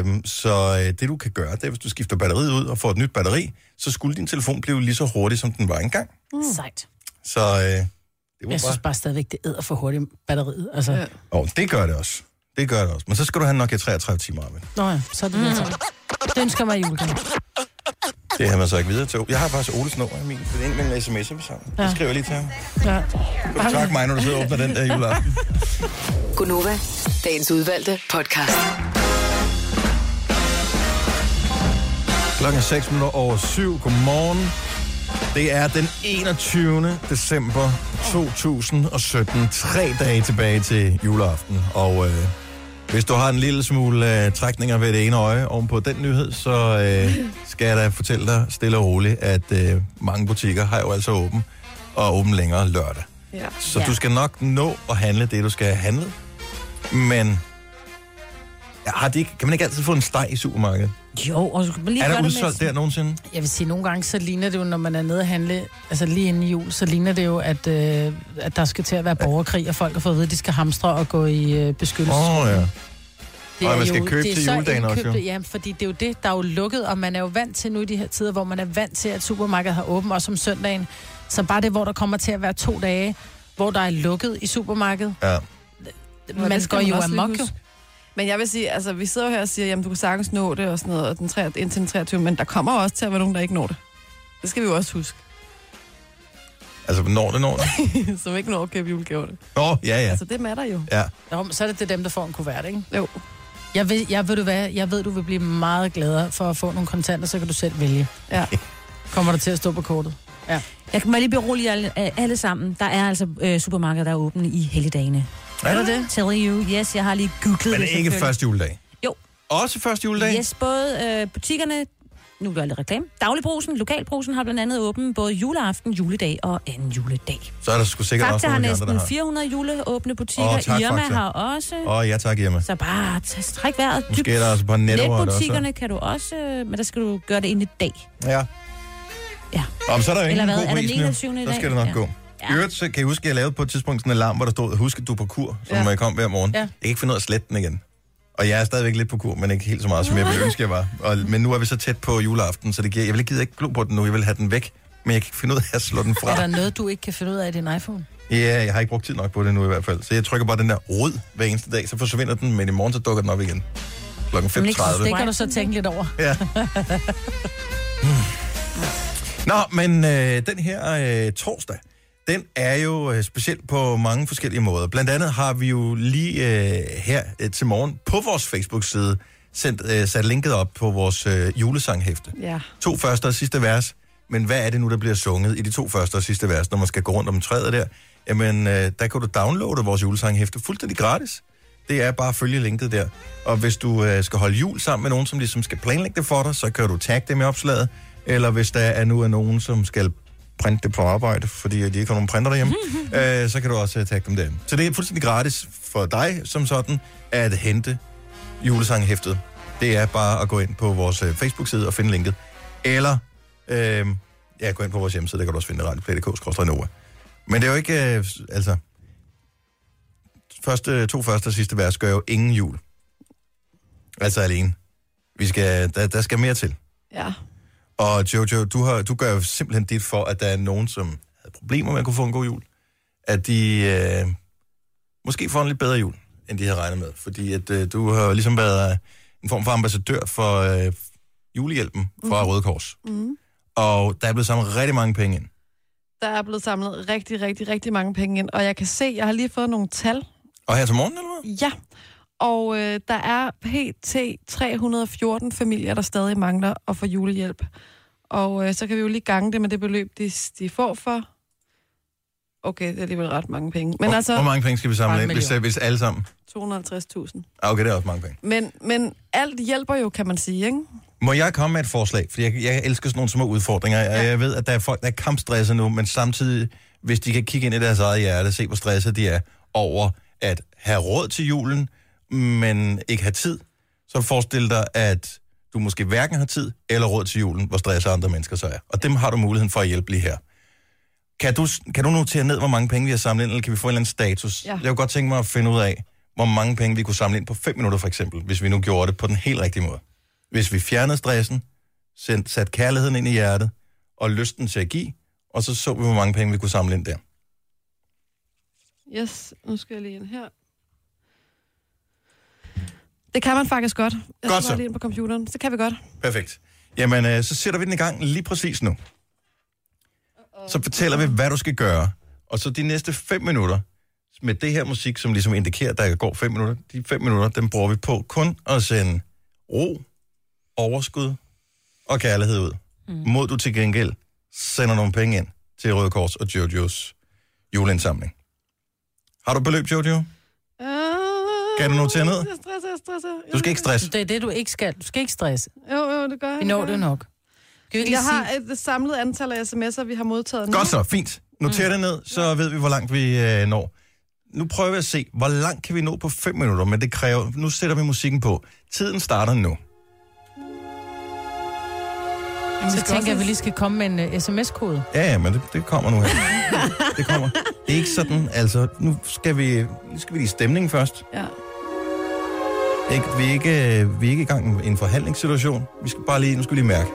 Så det, du kan gøre, det er, hvis du skifter batteriet ud og får et nyt batteri, så skulle din telefon blive lige så hurtig, som den var engang. Sejt. Så det var jeg synes bare stadigvæk, det æder for hurtigt batteriet. Altså. Ja. Det gør det også. Det gør det også. Men så skal du have nok 33 timer af det. Nå ja, så er det det. Det ønsker mig i julegave. Det har man så ikke videre til. Jeg har faktisk Oles nummer i min. Det er en med en sms'er på sammen. Det skriver jeg lige til ham. Ja. Tak mig, når du sidder og åbner den der juleaften. Gonova, dagens udvalgte podcast. Klokken er 7:06. Godmorgen. Det er den 21. december 2017. 3 dage tilbage til juleaften. Og hvis du har en lille smule trækninger ved det ene øje ovenpå den nyhed, så skal jeg da fortælle dig stille og roligt, at mange butikker har jo altså åben, og åben længere lørdag. Ja. Så du skal nok nå at handle det, du skal handle. Men Kan man ikke altid få en steg i supermarkedet? Jo, og så kan man lige Er gøre der det udsolgt med... der nogensinde? Jeg vil sige, nogle gange så ligner det jo, når man er nede og handle, altså lige inden jul, så ligner det jo, at der skal til at være borgerkrig, og folk har fået at vide, at de skal hamstre og gå i beskyttelse. Ja. Det Og man skal købe til juledagen også, jo. Ja, fordi det er jo det, der er jo lukket, og man er jo vant til nu i de her tider, hvor man er vant til, at supermarkedet har åbent også om søndagen. Så bare det, hvor der kommer til at være 2 dage, hvor der er lukket i supermarkedet. Ja. Man går jo amok jo. Men jeg vil sige, altså vi sidder jo her og siger, jamen du kan sagtens nå det og sådan noget, og indtil den 23, men der kommer også til at være nogen, der ikke når det. Det skal vi jo også huske. Altså, når det? Som ikke når at købe julegaver. Ja. Altså det matter jo. Ja. Jo, så er det dem, der får en kuvert, ikke? Jo. Jeg ved, du vil blive meget gladere for at få nogle kontanter, så kan du selv vælge. Ja. Kommer der til at stå på kortet? Ja. Jeg kan lige berolige alle sammen. Der er altså supermarkeder, der er åbne i helligdagene. Er det det? Tell you. Yes, jeg har lige googlet Men det. ikke første juledag? Jo. Også første juledag? Yes, både butikkerne, nu gør jeg lidt reklame, Dagligbrusen, Lokalbrusen har blandt andet åben både juleaften, juledag og anden juledag. Så er der sgu sikkert Fakta også har nogle af de andre, næsten 400 juleåbne butikker. Tak, Irma Fakta. har også. Ja, tak Irma. Så bare træk vejret. Måske er der også på Netto. Netbutikkerne kan du også, men der skal du gøre det inden i dag. Ja. Ja. Og så er der jo ingen Eller hvad? god Er pris det 29. i nu. dag? Så skal det nok Ja. gå. I øvrigt, så kan jeg huske, at jeg lavede på et tidspunkt sådan en alarm, hvor der stod, husk at du er på kur, som jeg kom hver morgen. Ja. Jeg kan ikke finde ud af at slette den igen. Og jeg er stadigvæk lidt på kur, men ikke helt så meget, som jeg ville ønske, jeg var. Men nu er vi så tæt på juleaften, så det giver, jeg vil ikke glo på den nu, jeg vil have den væk. Men jeg kan ikke finde ud af at slå den fra. Er der noget, du ikke kan finde ud af i din iPhone? Ja, jeg har ikke brugt tid nok på det nu i hvert fald. Så jeg trykker bare den der rød hver eneste dag, så forsvinder den, men i morgen så dukker den op igen. Klokken 5:30. Det kan du så tænke lidt over. Ja. Nå, men den her torsdag, den er jo specielt på mange forskellige måder. Blandt andet har vi jo lige her til morgen på vores Facebook-side sat linket op på vores julesanghæfte. Ja. 2 første og sidste vers. Men hvad er det nu, der bliver sunget i de 2 første og sidste vers, når man skal gå rundt om træet der? Jamen, der kan du downloade vores julesanghæfte fuldstændig gratis. Det er bare at følge linket der. Og hvis du skal holde jul sammen med nogen, som ligesom skal planlægge det for dig, så kan du tagge dem i opslaget. Eller hvis der er nogen, som skal printe det på arbejde, fordi de ikke har nogen printer derhjemme, så kan du også tagge dem derhjemme. Så det er fuldstændig gratis for dig som sådan at hente julesanghæftet. Det er bare at gå ind på vores Facebook-side og finde linket. Eller gå ind på vores hjemmeside, der kan du også finde radioplay.dk/Nova. Men det er jo ikke, to første og sidste vers gør jo ingen jul. Altså alene. Der skal mere til. Ja. Og Jojo, du gør jo simpelthen dit for, at der er nogen, som havde problemer med at kunne få en god jul. At de måske får en lidt bedre jul, end de havde regnet med. Fordi at du har ligesom været en form for ambassadør for julehjælpen fra Røde Kors. Mm. Og der er blevet samlet rigtig mange penge ind. Der er blevet samlet rigtig, rigtig, rigtig mange penge ind. Og jeg kan se, jeg har lige fået nogle tal. Og her til morgen, eller hvad? Ja. Og der er pt. 314 familier, der stadig mangler at få julehjælp. Og så kan vi jo lige gange det med det beløb, de får for. Okay, det er alligevel ret mange penge. Men hvor mange penge skal vi samle ind, hvis alle sammen? 250.000. Okay, det er også mange penge. Men alt hjælper jo, kan man sige, ikke? Må jeg komme med et forslag? Fordi jeg elsker sådan nogle små udfordringer. Ja. Jeg ved, at der er folk, der er kampstresset nu, men samtidig, hvis de kan kigge ind i deres eget hjerte, se hvor stresset de er over at have råd til julen, men ikke have tid, så forestil dig, at du måske hverken har tid eller råd til julen, hvor stresset andre mennesker så er. Og dem har du muligheden for at hjælpe lige her. Kan du notere ned, hvor mange penge vi har samlet ind, eller kan vi få en eller anden status? Ja. Jeg kunne godt tænke mig at finde ud af, hvor mange penge vi kunne samle ind på 5 minutter for eksempel, hvis vi nu gjorde det på den helt rigtige måde. Hvis vi fjernede stressen, satte kærligheden ind i hjertet, og lysten til at give, og så vi, hvor mange penge vi kunne samle ind der. Yes, nu skal jeg lige ind her. Det kan man faktisk godt. Jeg godt skal lige ind på computeren. Så kan vi godt. Perfekt. Jamen, så sætter vi den i gang lige præcis nu. Så fortæller vi, hvad du skal gøre. Og så de næste 5 minutter, med det her musik, som ligesom indikerer, at der går 5 minutter, de 5 minutter, dem bruger vi på kun at sende ro, overskud og kærlighed ud. Mod du til gengæld sender nogle penge ind til Røde Kors og Jojos juleindsamling. Har du beløb, Jojo? Kan du notere ned? Jeg stresser. Du skal ikke stresse. Det er det, du ikke skal. Du skal ikke stresse. Jo, det gør jeg. Vi når det nok. Jeg har et samlet antal af sms'er, vi har modtaget nu. Godt så, fint. Noter det ned, så ved vi, hvor langt vi når. nu prøver vi at se, hvor langt kan vi nå på 5 minutter, men det kræver, nu sætter vi musikken på. Tiden starter nu. Så tænker jeg, at vi lige skal komme med en sms-kode. Ja, men det kommer nu her. Det kommer. Det er ikke sådan, altså, nu skal vi lige i stemningen først. Ja. Vi er ikke i gang med en forhandlingssituation. Vi skal bare lige, nu skal vi lige mærke.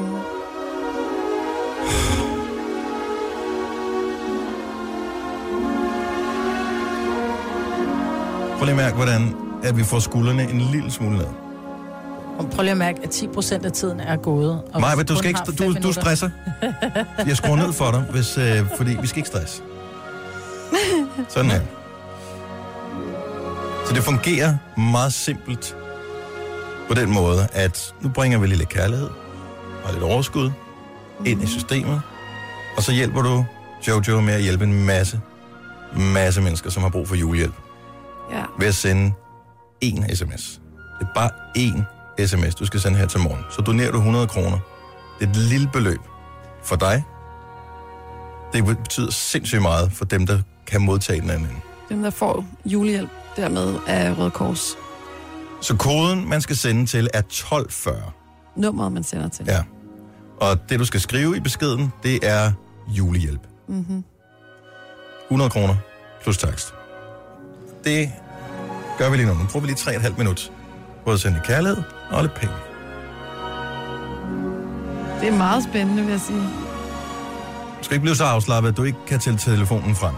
Prøv lige at mærke, hvordan at vi får skuldrene en lille smule ned. Og prøv lige at mærke, at 10% af tiden er gået. Maja, du skal ikke, du stresser. Jeg skruer ned for dig, fordi vi skal ikke stresse. Sådan her. Så det fungerer meget simpelt på den måde, at nu bringer vi lidt kærlighed og lidt overskud ind i systemet, og så hjælper du Jojo med at hjælpe en masse mennesker, som har brug for julehjælp. Ja. Ved at sende én sms. Det er bare én sms, du skal sende her til morgen. Så donerer du 100 kroner. Det er et lille beløb for dig. Det betyder sindssygt meget for dem, der kan modtage den anden. Dem, der får julehjælp dermed af Røde Kors. Så koden, man skal sende til, er 1240. Nummeret, man sender til. Ja. Og det, du skal skrive i beskeden, det er julehjælp. 100 kroner plus takst. Det gør vi lige nu. Nu bruger vi lige 3,5 minutter på at sende kærlighed og lidt penge. Det er meget spændende, vil jeg sige. Du skal ikke blive så afslappet, at du ikke kan tælle telefonen frem.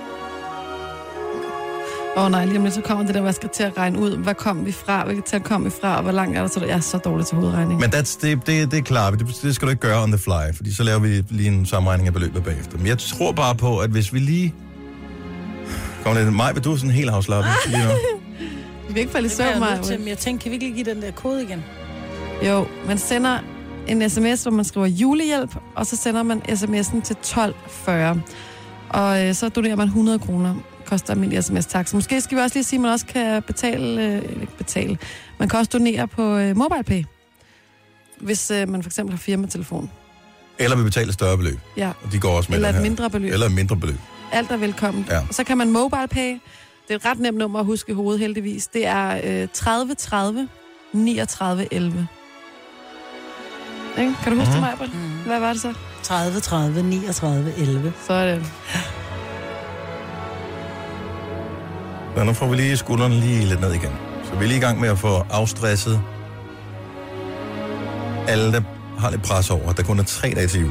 Nej, lige om lidt, så kommer det der, hvor jeg skal til at regne ud, hvad kom vi fra, hvilket tal kom vi fra, og hvor langt er der, så jeg er så dårlig til hovedregning. Men det er klart, det skal du ikke gøre on the fly, fordi så laver vi lige en sammenregning af beløbet bagefter. Men jeg tror bare på, at hvis vi lige... Kommer det mig, vil du sådan helt afslappet lige nu? Vi vil ikke falde i søvn, Maja. Men jeg tænker, kan vi ikke lige give den der kode igen? Jo, man sender en sms, hvor man skriver julehjælp, og så sender man sms'en til 1240. Og så donerer man 100 kroner. Koster almindelig sms-tax. Måske skal vi også lige sige, at man også kan betale. Man kan også donere på MobilePay, hvis man for eksempel har firmatelefon. Eller vi betaler større beløb. Ja. Og de går også med eller den her. Et mindre beløb. Eller et mindre beløb. Alt er velkommen. Ja. Og så kan man MobilePay. Det er et ret nemt nummer at huske i hovedet, heldigvis. Det er 30 30 39 11. Ikke? Kan du huske det, Maja? Hvad var det så? 30 30 39 11. Så er det. Så nu får vi lige skuldrene lige lidt ned igen. Så vi er lige i gang med at få afstresset alle, der har lidt pres over, at der kun er 3 dage til jul.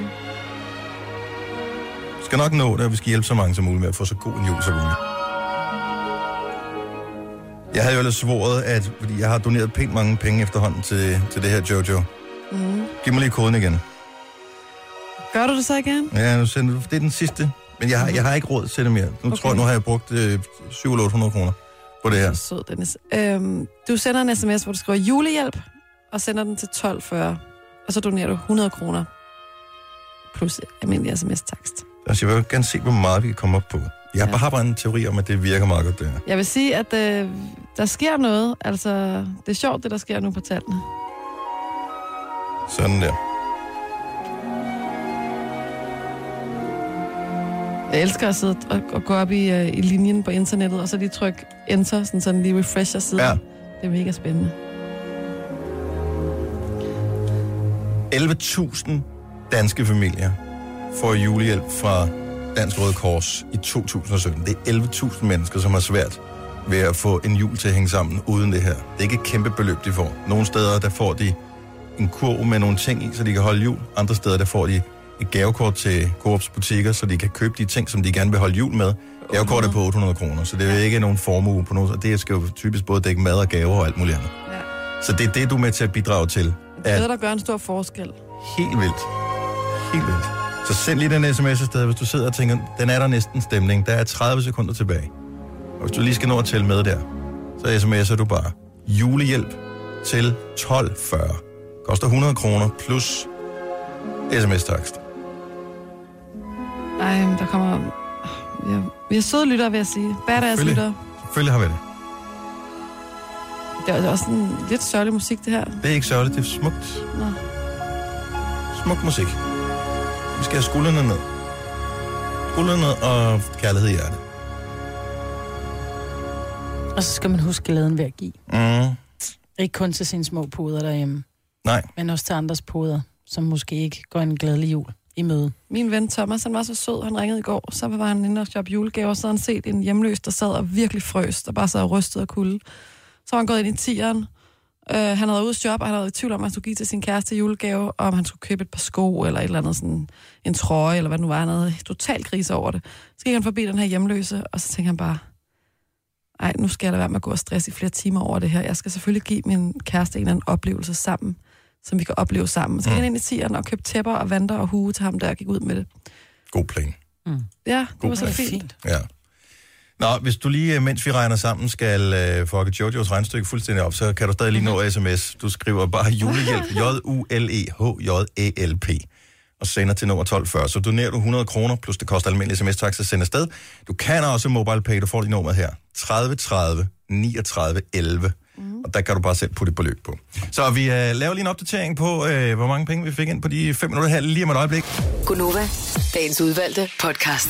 Vi skal nok nå det, og vi skal hjælpe så mange som muligt med at få så god en jul som muligt. Jeg havde jo ellers svoret, at fordi jeg har doneret pænt mange penge efterhånden til det her Jojo. Giv mig lige koden igen. Gør du det så igen? Ja, nu sender du. Det er den sidste. Men jeg har ikke råd til det mere. Nu tror jeg, nu har jeg brugt 700-800 kroner på det her. Sød, Dennis. Du sender en sms, hvor du skriver julehjælp, og sender den til 1240. Og så donerer du 100 kroner. Plus almindelig sms-takst. Altså, jeg vil gerne se, hvor meget vi kan komme op på. Jeg har bare en teori om, at det virker meget godt, det her. Jeg vil sige, at der sker noget. Altså, det er sjovt, det der sker nu på tallene. Sådan der. Jeg elsker at sidde og gå op i linjen på internettet, og så lige trykke enter, sådan lige refresher siden. Ja. Det er mega spændende. 11.000 danske familier får julehjælp fra Dansk Røde Kors i 2017. Det er 11.000 mennesker, som har svært ved at få en jul til at hænge sammen uden det her. Det er ikke et kæmpe beløb, de får. Nogle steder, der får de en kurv med nogle ting i, så de kan holde jul. Andre steder, der får de et gavekort til Coops butikker, så de kan købe de ting, som de gerne vil holde jul med. Gavekort er på 800 kroner, så det er ikke nogen formue på noget. Det skal jo typisk både dække mad og gaver og alt muligt andet. Ja. Så det er det, du er med til at bidrage til. Det er noget, der gør en stor forskel. Helt vildt. Helt vildt. Så send lige den sms afsted, hvis du sidder og tænker, den er der næsten stemning. Der er 30 sekunder tilbage. Og hvis du lige skal nå at tælle med der, så sms'er du bare julehjælp til 1240. Koster 100 kroner plus sms-takst. Ej, der kommer... Vi er søde lyttere, vil jeg sige. Badass lyttere. Selvfølgelig har vi det. Det er også en lidt sørgelig musik, det her. Det er ikke sørgeligt, det er smukt. Nå. Smuk musik. Vi skal have skuldrene ned. Skuldrene ned og kærlighed i hjertet. Og så skal man huske glæden ved at give. Mm. Ikke kun til sine små poder derhjemme, Nej. men også til andres poder, som måske ikke går en glædelig jul i møde. Min ven Thomas, han var så sød, han ringede i går, så var han inde og shoppe julegaver, så havde han set en hjemløs, der sad og virkelig frøs, der bare sad og rystede og kulde. Så var han gået ind i 10'eren. Han havde været ude at shoppe, og han havde været i tvivl om, at han skulle give til sin kæreste julegave, og om han skulle købe et par sko, eller et eller andet sådan en trøje, eller hvad det nu var. Han havde total krise over det. Så gik han forbi den her hjemløse, og så tænkte han bare, ej, nu skal jeg da være med at gå og stresse i flere timer over det her. Jeg skal selvfølgelig give min kæreste en eller anden oplevelse sammen, som vi kan opleve sammen. Så gik han ind i 10'eren og købte tæpper og vanter og hue til ham, der gik ud med det. God plan. Ja, det var så fint. Ja. Nå, hvis du lige, mens vi regner sammen, skal fucke Jojos regnstykke fuldstændig op, så kan du stadig lige nå sms. Du skriver bare julehjælp, JULEHJALP, og sender til nummer 1240. Så donerer du 100 kroner, plus det koster almindelig sms-taxa at sende afsted. Du kan også MobilePay, du får lige nummeret her. 30 30 39 11. Og der kan du bare selv putte et beløb på. Så vi laver lige en opdatering på, hvor mange penge vi fik ind på de 5 minutter her lige om et øjeblik. Gunova, dagens udvalgte podcast.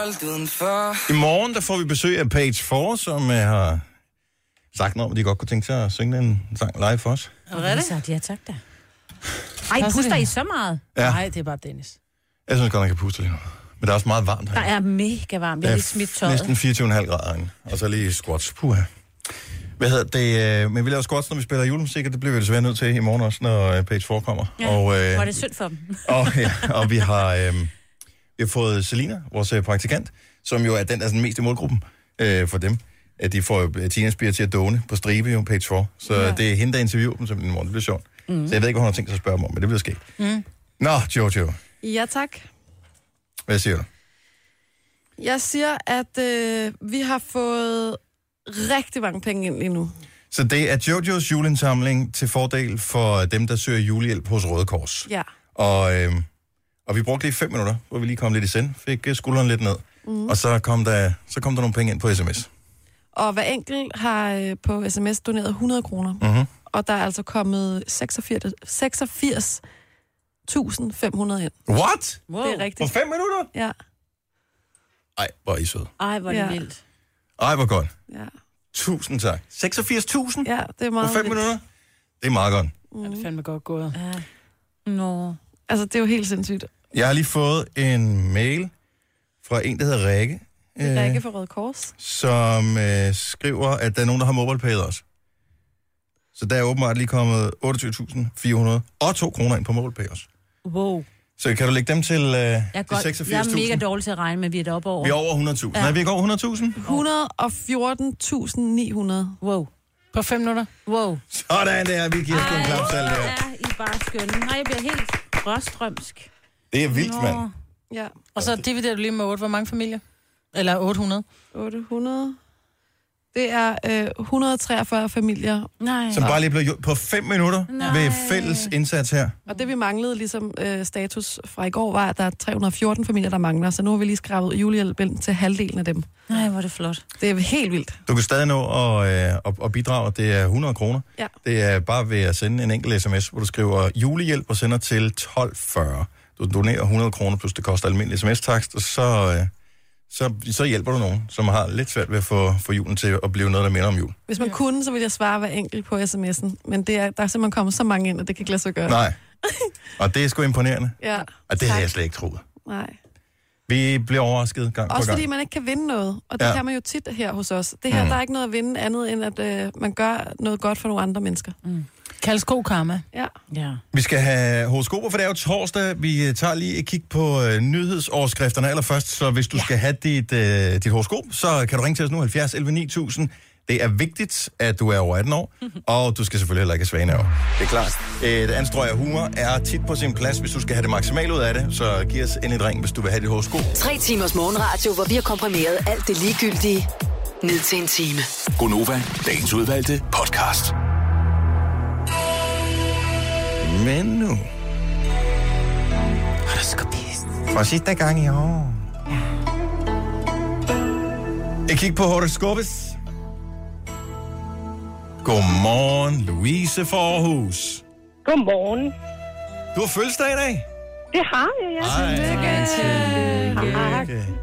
I morgen der får vi besøg af Page 4, som har sagt noget om, at de godt kunne tænke sig at synge en sang live for os. Er det sagt? Ja, tak da. Ej, puster I så meget? Ja. Nej, det er bare Dennis. Jeg synes godt, man kan puste lidt. Men der er også meget varmt her. Der er mega varmt. Jeg har lige smidt tøjet. Næsten 24,5 grader inde. Og så lige squats. Puha. Hvad hedder det? Men vi laver squats, når vi spiller julemusik, og det bliver vi desværre nødt til i morgen også, når Page 4 kommer. Ja, og, var det synd for dem. og vi har fået Selina, vores praktikant, som jo er den, der er den mest i målgruppen for dem. At de får teenagepiger til at dåne på stribe, jo, Page 4. Så det er hende, der interviewer dem simpelthen i morgen. Det bliver sjovt. Så jeg ved ikke, hvad hun har tænkt sig at spørge dem om, men det bliver sket. Nå, Jojo. Ja, tak. Hvad siger du? Jeg siger, at vi har fået rigtig mange penge ind lige nu. Så det er Jojos juleindsamling til fordel for dem, der søger julehjælp hos Røde Kors. Ja. Og vi brugte lige 5 minutter, hvor vi lige kom lidt i send, fik skulderen lidt ned, og så kom der nogle penge ind på sms. Og hver enkelt har på sms doneret 100 kroner. Og der er altså kommet 86.500 ind. What? Wow. Det er rigtigt. På 5 minutter? Ja. Ej, hvor er I søde. Ej, hvor er det vildt. Ej, hvor godt. Ja. 1000 tak. 86.000? Ja, det er meget på 5 minutter? Det er meget godt. Ja, det er fandme godt gået. Ja. Nå. Altså, det er jo helt sindssygt. Jeg har lige fået en mail fra en, der hedder Rikke. Rikke fra Røde Kors. Som skriver, at der er nogen, der har MobilePay også. Så der er åbenbart lige kommet 28.402 kroner ind på MobilePay også. Wow. Så kan du lægge dem til 86.000? Jeg er mega dårlig til at regne, men vi er deroppe over. Vi er over 100.000. Ja. Nej, vi er ikke over 100.000? 114.900. Wow. På 5 minutter? Wow. Sådan der, vi giver sgu en klapsal der. Ja, I er bare skønne. Nej, jeg bliver helt røstrømsk. Det er vildt, mand. Ja. Og så dividerer du lige med 8. Hvor mange familier? Eller 800? 800. Det er 143 familier. Nej. Som bare lige blev på 5 minutter ved fælles indsats her. Og det vi manglede ligesom status fra i går var, at der er 314 familier, der mangler. Så nu har vi lige skrevet julehjælpen til halvdelen af dem. Nej, hvor er det flot. Det er helt vildt. Du kan stadig nå at bidrage. Det er 100 kroner. Ja. Det er bare ved at sende en enkelt sms, hvor du skriver julehjælp og sender til 1240. Du donerer 100 kroner, plus det koster almindelig sms-takst, og så hjælper du nogen, som har lidt svært ved at få julen til at blive noget, der minder om jul. Hvis man kunne, så ville jeg svare hver enkelt på sms'en. Men der er simpelthen kommet så mange ind, at det kan ikke lade sig gøre. Nej. Og det er sgu imponerende. Ja. Og det havde jeg slet ikke troet. Nej. Vi bliver overrasket gang på Også gang. fordi man ikke kan vinde noget. Og det kan man jo tit her hos os. Det her, der er ikke noget at vinde andet, end at man gør noget godt for nogle andre mennesker. Kaldes god karma. Ja. Ja. Vi skal have horoskoper, for det er jo torsdag. Vi tager lige et kig på nyhedsoverskrifterne allerførst. Så hvis du skal have dit horoskop, så kan du ringe til os nu 70 11 9000. Det er vigtigt, at du er over 18 år, og du skal selvfølgelig heller ikke have svane over. Det er klart. Et anstrøg af humor er tit på sin plads, hvis du skal have det maksimale ud af det. Så giv os endelig et ring, hvis du vil have dit horoskop. 3 timers morgenradio, hvor vi har komprimeret alt det ligegyldige ned til en time. Gunova, dagens udvalgte podcast. Men nu... For sidste gang i år. Jeg kigger på horoskopet. Godmorgen, Louise Forhus. Godmorgen. Du har fødselsdag i dag? Det har jeg, ja. Tillykke.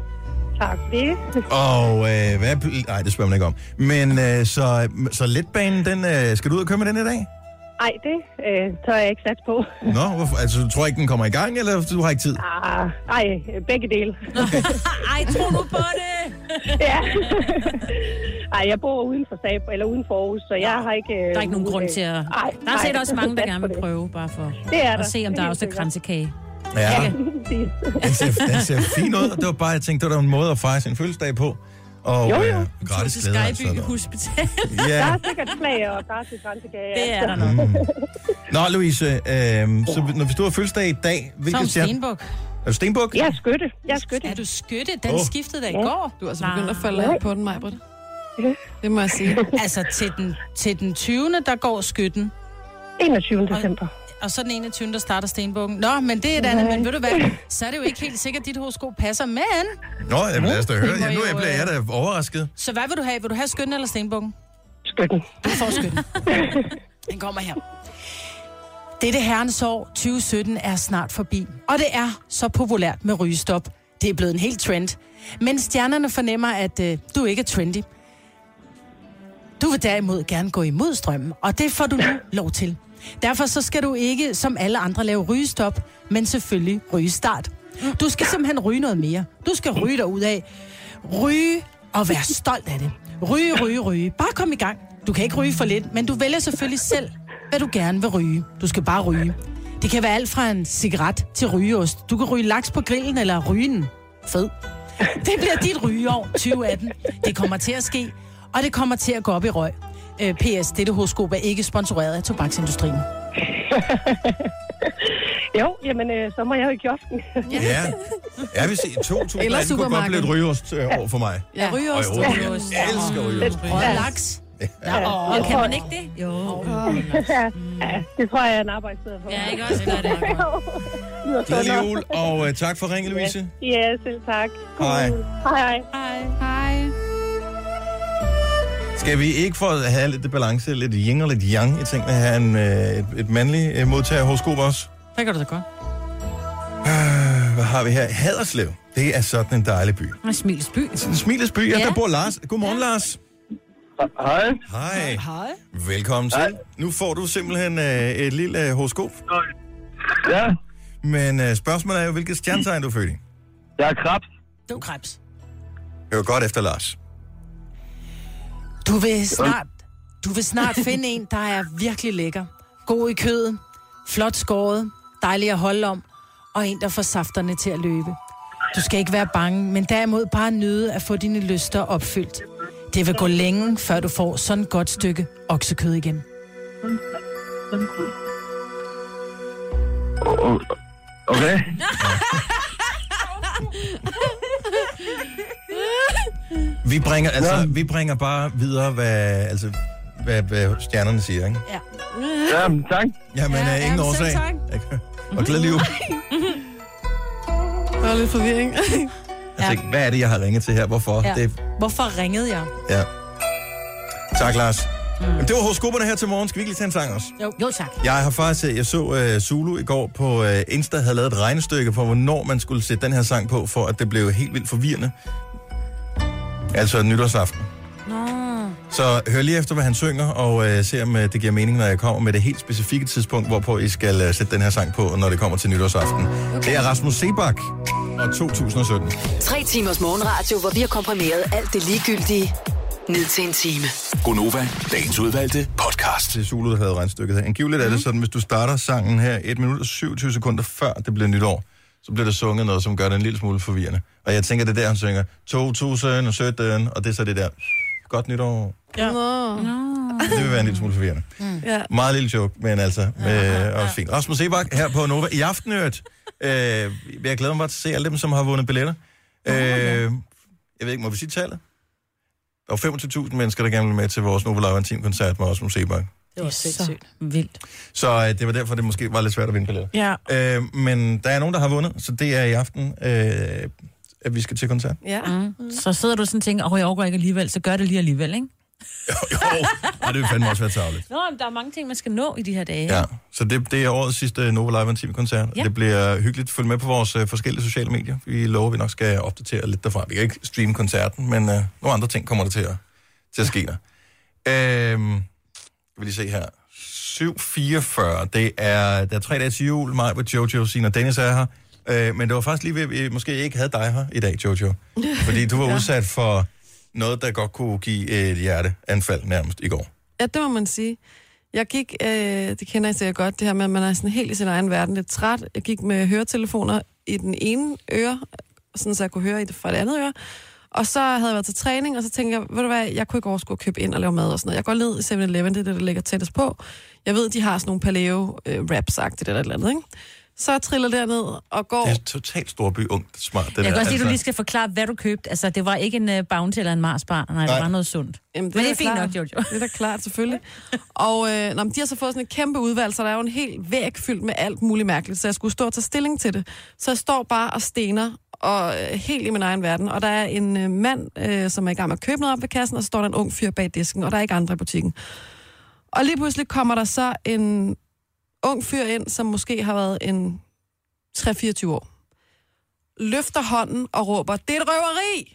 Tak for det. Og nej, det spørger man ikke om. Men så letbanen, den, skal du ud og køre med den i dag? Ej, det tør jeg ikke satse på. Nå, hvorfor? Altså, du tror ikke, den kommer i gang, eller du har ikke tid? Ej, begge dele. Okay. Ej, tro nu på det! Ja. Ej, jeg bor uden for Aarhus, så jeg har ikke... Der er ikke nogen grund til at... Ej, der er sikkert også mange, der gerne vil prøve, bare for det er at se, om der er også er kransekage. Ja, den ser fin ud, og det var bare, jeg tænkte, det var en måde at fejre sin fødselsdag på. Og jo. gratis til glæder. Skyby Hospital. Ja. Der er sikkert flag og gratis kransekage. Det er der nok. Nå, Louise, så når vi står fødselsdag i dag... Som Stenbuk. Er du Stenbuk? Jeg er skytte. Er du skytte? Den skiftede da i går. Du er altså begyndt at falde af på den, Majbrit. Det må jeg sige. Altså, til den 20. der går skytten. 21. december. Og så den 21. der starter Stenbukken. Nå, men det er et andet. Men ved du hvad? Så er det jo ikke helt sikkert, at dit horoskop passer, men... Nå, jamen lad os da høre. Ja, nu bliver jeg da overrasket. Så hvad vil du have? Vil du have skytten eller Stenbukken? Skytten. Du får skytten. Den kommer her. Dette herrens år 2017 er snart forbi. Og det er så populært med rygestop. Det er blevet en helt trend. Men stjernerne fornemmer, at du ikke er trendy. Du vil derimod gerne gå imod strømmen, og det får du nu lov til. Derfor så skal du ikke, som alle andre, lave rygestop, men selvfølgelig rygestart. Du skal simpelthen ryge noget mere. Du skal ryge dig ud af. Ryge og være stolt af det. Ryge. Bare kom i gang. Du kan ikke ryge for lidt, men du vælger selvfølgelig selv, hvad du gerne vil ryge. Du skal bare ryge. Det kan være alt fra en cigaret til rygeost. Du kan ryge laks på grillen eller ryge den. Fed. Det bliver dit rygeår 2018. Det kommer til at ske, og det kommer til at gå op i røg. PS, dette horoskop er ikke sponsoreret af tobaksindustrien. Jo, jamen, så må jeg jo i kiosken. Ja. Jeg vil sige, 2018 kunne godt blive et rygeost år for mig. Ja, rygeost. Jeg elsker rygeost. Rød laks. Ja, kan man ikke det? Jo. Ja, det tror jeg er en arbejdssted for. Ja, ikke også? Det er det. Glædelig jul, og tak for ringen, Louise. Ja, selv tak. Hej. Hej. Skal vi ikke for at have lidt balance, lidt yin og lidt yang i tingene, have et mandligt modtager horoskop også? Det kan du da godt. Hvad har vi her? Haderslev. Det er sådan en dejlig by. Smilets by. Smilets by, ja, der bor Lars. Godmorgen, Lars. Hej. Hej. Velkommen til. Nu får du simpelthen et lille horoskop. Ja. Men spørgsmålet er jo, hvilket stjernetegn du er født i? Jeg er krebs. Du er krebs. Det var godt efter Lars. Du vil snart finde en, der er virkelig lækker. God i kødet, flot skåret, dejlig at holde om, og en, der får safterne til at løbe. Du skal ikke være bange, men derimod bare nyde at få dine lyster opfyldt. Det vil gå længe, før du får sådan et godt stykke oksekød igen. Okay. Vi bringer bare videre, hvad stjernerne siger, ikke? Ja. Jamen, tak. Jamen, ingen årsag. Og glædelig jul. Der er lidt forvirring. Altså, hvad er det, jeg har ringet til her? Hvorfor? Ja. Hvorfor ringede jeg? Ja. Tak, Lars. Jamen, det var horoskoperne her til morgen. Skal vi ikke lige tage en sang også? Jo, tak. Jeg så Zulu i går på Insta, havde lavet et regnestykke for, hvornår man skulle sætte den her sang på, for at det blev helt vildt forvirrende. Altså nytårsaften. Så hør lige efter, hvad han synger, og se om det giver mening, når jeg kommer med det helt specifikke tidspunkt, hvorpå I skal sætte den her sang på, når det kommer til nytårsaften. Okay. Det er Rasmus Seebach og 2017. 3 timers morgenradio, hvor vi har komprimeret alt det ligegyldige ned til en time. Gonova, dagens udvalgte podcast. Det er Zulu, der havde regnstykket her. Angiveligt er det sådan, hvis du starter sangen her 1 minut og 27 sekunder før det bliver nytår, så bliver der sunget noget, som gør det en lille smule forvirrende. Og jeg tænker, det er der, han synger 2017, og det er så det der. Godt nytår. Ja. Det vil være en lille smule forvirrende. Ja. Meget lille joke, men altså også fint. Rasmus Seebach her på Nova. I aften hørt. Jeg glæder mig bare til at se alle dem, som har vundet billetter. Jeg ved ikke, må vi sige tallet? Der var 25.000 mennesker, der gerne ville med til vores Nova Live Intim-koncert med Rasmus Seebach. Det var sindssygt vildt. Så det var derfor, det måske var lidt svært at vinde billetter. Ja. Men der er nogen, der har vundet, så det er i aften, at vi skal til koncert. Ja. Så sidder du sådan og tænker, jeg overgår ikke alligevel, så gør det lige alligevel, ikke? Og det vil fandme også være tarveligt. Nå, men der er mange ting, man skal nå i de her dage. Ja, så det er årets sidste Nova Live Antime-koncert. Ja. Det bliver hyggeligt. Følg med på vores forskellige sociale medier. Vi lover, at vi nok skal opdatere lidt derfra. Vi kan ikke streame koncerten, men nogle andre ting kommer der til at ske der. Vil lige se her. 7:44. Der er 3 dage til jul. Mig på Jojo, Signe og Dennis er her. Men det var faktisk lige ved, at vi måske ikke havde dig her i dag, Jojo. Fordi du var udsat for noget, der godt kunne give et hjerteanfald nærmest i går. Ja, det må man sige. Jeg gik, det kender jeg sikkert godt, det her med, at man er sådan helt i sin egen verden. Lidt træt. Jeg gik med høretelefoner i den ene øre, sådan så jeg kunne høre i det fra det andet øre. Og så havde jeg været til træning, og så tænkte jeg, ved du hvad, jeg kunne ikke overskue at købe ind og lave mad og sådan noget. Jeg går ned i 7-Eleven, det er det, der ligger tættest på. Jeg ved, de har sådan nogle paleo-wraps-agtigt eller et eller andet, ikke? Så jeg triller derned og går... Det er totalt storby ungt smart, det der. Jeg kan også sige, at du lige skal forklare, hvad du købte. Altså, det var ikke en Bounty eller en Mars-bar. Nej, det var noget sundt. Jamen, men det er fint nok, Jojo. Det er da klart, selvfølgelig. Og de har så fået sådan et kæmpe udvalg, så der er jo en helt væg fyldt med alt muligt mærkeligt, så jeg skulle stå og tage stilling til det. Så jeg står bare og stener, og helt i min egen verden. Og der er en mand, som er i gang med at købe noget op ved kassen, og så står der en ung fyr bag disken, og der er ikke andre i butikken. Og lige pludselig kommer der så en ung fyr ind, som måske har været en 3-24 år. Løfter hånden og råber, det er et røveri!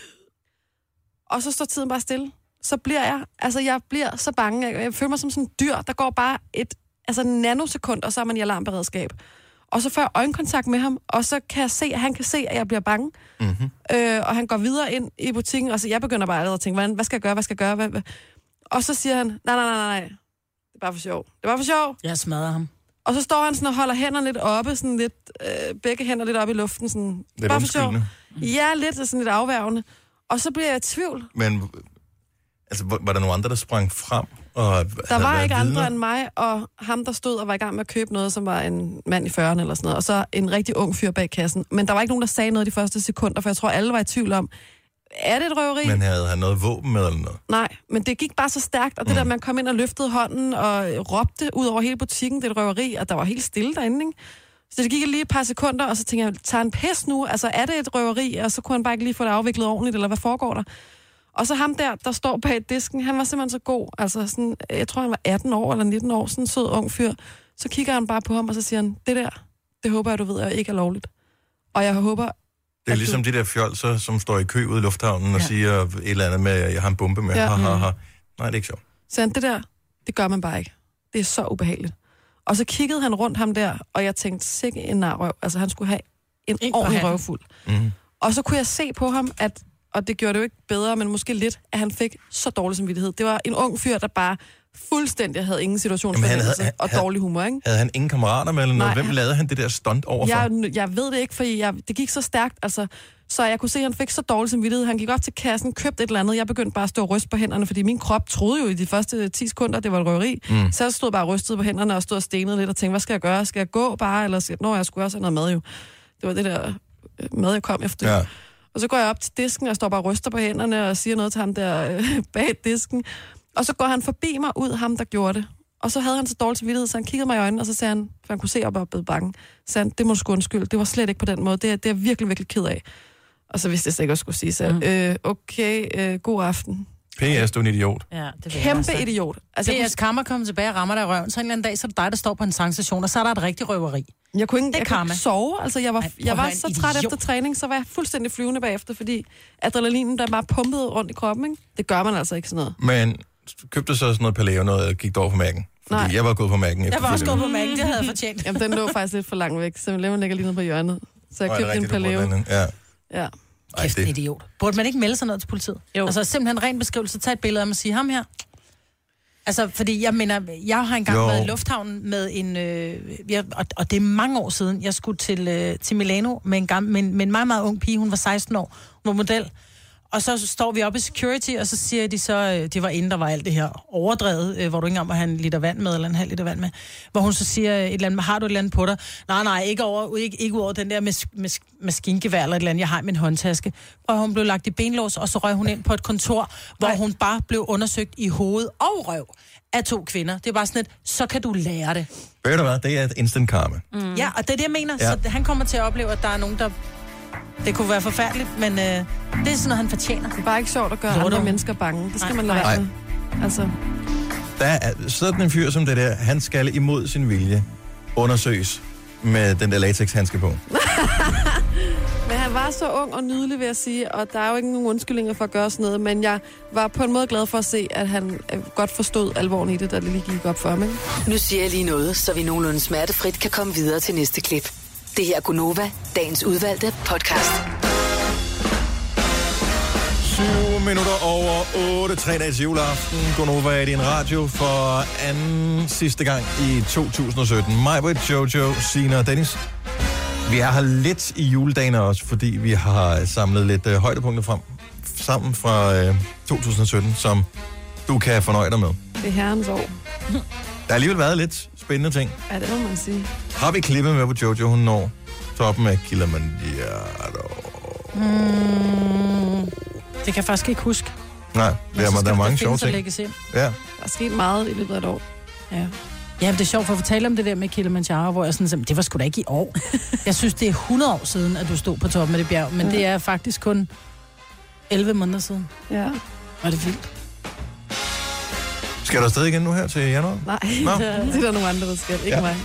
Og så står tiden bare stille. Så bliver jeg bliver så bange. Jeg føler mig som sådan en dyr. Der går bare et nanosekund, og så er man i alarmberedskab. Og så får jeg øjenkontakt med ham, og så kan jeg se, at han kan se, at jeg bliver bange. Mm-hmm. Og han går videre ind i butikken, og så jeg begynder bare allerede at tænke, hvad skal jeg gøre? Og så siger han, nej. Det er bare for sjov. Jeg smadrer ham. Og så står han sådan og holder hænderne lidt oppe, sådan lidt, begge hænder lidt oppe i luften, sådan, lidt bare for sjov. Ja, lidt sådan lidt afværgende. Og så bliver jeg i tvivl. Men altså, var der nogen andre, der sprang frem? Og der var ikke andre end mig, og ham, der stod og var i gang med at købe noget, som var en mand i 40'erne eller sådan noget, og så en rigtig ung fyr bag kassen. Men der var ikke nogen, der sagde noget de første sekunder, for jeg tror, alle var i tvivl om, er det et røveri? Men havde han noget våben med eller noget? Nej, men det gik bare så stærkt, og det der, man kom ind og løftede hånden og råbte ud over hele butikken, det er et røveri, og der var helt stille derinde, ikke? Så det gik lige et par sekunder, og så tænkte jeg, tager en pis nu? Altså, er det et røveri? Og så kunne han bare ikke lige få det afviklet ordentligt, eller hvad foregår der? Og så ham der står bag disken, han var simpelthen så god. Altså, sådan, jeg tror, han var 18 år eller 19 år, sådan en sød ung fyr. Så kigger han bare på ham, og så siger han, det håber jeg, du ved, ikke er lovligt. Og jeg håber... Det er ligesom de der fjolser, som står i kø ude i lufthavnen og siger et eller andet med, jeg har en bombe med. Ja. Nej, det er ikke sjovt. Så det gør man bare ikke. Det er så ubehageligt. Og så kiggede han rundt ham der, og jeg tænkte, sikke en narrøv. Altså, han skulle have en ordentlig røvfuld. Mm-hmm. Og så kunne jeg se på ham, at, og det gjorde det jo ikke bedre, men måske lidt, at han fik så dårlig samvittighed. Det var en ung fyr, der bare fuldstændig havde ingen situationsfornemmelse og dårlig humor, ikke? Havde han ingen kammerater med eller noget? Hvem lavede han det der stunt overfor? Jeg ved det ikke, fordi det gik så stærkt, altså, så jeg kunne se, at han fik så dårlig samvittighed. Han gik op til kassen, købte et eller andet. Jeg begyndte bare at stå og ryste på hænderne, fordi min krop troede jo i de første 10 sekunder, det var et røveri. Så jeg stod bare og rystede på hænderne og stod og stenede lidt og tænkte, hvad skal jeg gøre? Skal jeg gå bare? Eller jeg skulle også have noget mad jo. Det var det der mad, jeg kom efter. Ja. Og så går jeg op til disken og står bare og ryster på hænderne og siger noget til ham der bag disken. Og så går han forbi mig ud, ham der gjorde det. Og så havde han så dårlig samvittighed, så han kiggede mig i øjnene, og så sagde han, for han kunne se op og blev bange, så sagde han, det må du sgu undskylde, det var slet ikke på den måde, det er jeg virkelig, virkelig ked af. Og så vidste jeg ikke, hvad jeg skulle sige, så god aften. P.S. du er en idiot. Ja, det kæmpe idiot. Altså, P.S. Karma kommer tilbage og rammer dig i røven, så en eller anden dag, så er det dig, der står på en tankstation, og så er der et rigtig røveri. Jeg kunne ikke sove, altså jeg var så træt efter træning, så var jeg fuldstændig flyvende bagefter, fordi adrenalinen, der bare pumpede rundt i kroppen, ikke? Det gør man altså ikke sådan noget. Men købte så sådan noget paleo, noget og gik over på mærken? Fordi jeg var gået på mærken. Jeg var også gået på mærken, det havde jeg fortjent. Jamen, den lå faktisk lidt for langt væk, så den ligger lige nede på hjørnet. Så jeg købte en paleo. Ja. Kæft, en idiot. Burde man ikke melde sig noget til politiet? Jo. Altså simpelthen ren beskrivelse, tage et billede af mig og sige, ham her. Altså, fordi jeg mener, jeg har engang været i lufthavnen med en, og det er mange år siden, jeg skulle til Milano med en meget, meget ung pige, hun var 16 år, hun var model. Og så står vi oppe i security, og så siger de så, det var inden der var alt det her overdrevet, hvor du ikke engang må have en liter vand med, eller en halv liter vand med, hvor hun så siger et eller andet, har du et eller andet på dig? Nej, ikke over den der maskingevær eller et eller andet, jeg har i min håndtaske. Og hun blev lagt i benlås, og så røg hun ind på et kontor, hvor hun bare blev undersøgt i hoved og røv af 2 kvinder. Det er bare sådan et, så kan du lære det. Ved du hvad, det er et instant karma. Ja, og det er det, jeg mener. Ja. Så han kommer til at opleve, at der er nogen, der Det kunne være forfærdeligt, men det er sådan noget, han fortjener. Det er bare ikke sjovt at gøre andre mennesker bange. Det skal man lade være med. Altså. Der er sådan en fyr som det der, han skal imod sin vilje undersøges med den der latex-handske på. Men han var så ung og nydelig, vil jeg sige, og der er jo ikke nogen undskyldninger for at gøre sådan noget, men jeg var på en måde glad for at se, at han godt forstod alvoren i det, da det lige gik op for ham. Nu siger jeg lige noget, så vi nogenlunde smertefrit kan komme videre til næste klip. Det her er Gunova, dagens udvalgte podcast. 7 minutter over 8, 3 dage til juleaften. Gunova er i din radio for anden sidste gang i 2017. Majbrit, Jojo, Sina og Dennis. Vi er her lidt i juledagene også, fordi vi har samlet lidt højdepunkter frem sammen fra 2017, som du kan fornøje dig med. Det er herrens år. Der har alligevel været lidt spændende ting. Ja, det må man sige. Har vi klippet med på Jojo, hun når toppen af Kilimanjaro? Det kan jeg faktisk ikke huske. Nej, der er mange sjove ting. Ja. Der er sket meget i løbet af et år. Ja. Ja, det er sjovt, for at fortælle om det der med Kilimanjaro, hvor jeg sådan, det var sgu da ikke i år. Jeg synes, det er 100 år siden, at du stod på toppen af det bjerg, men det er faktisk kun 11 måneder siden. Ja. Var det vildt. Skal du afsted igen nu her til januar? Nej, det er der nogle andre, der skal. Ikke mig.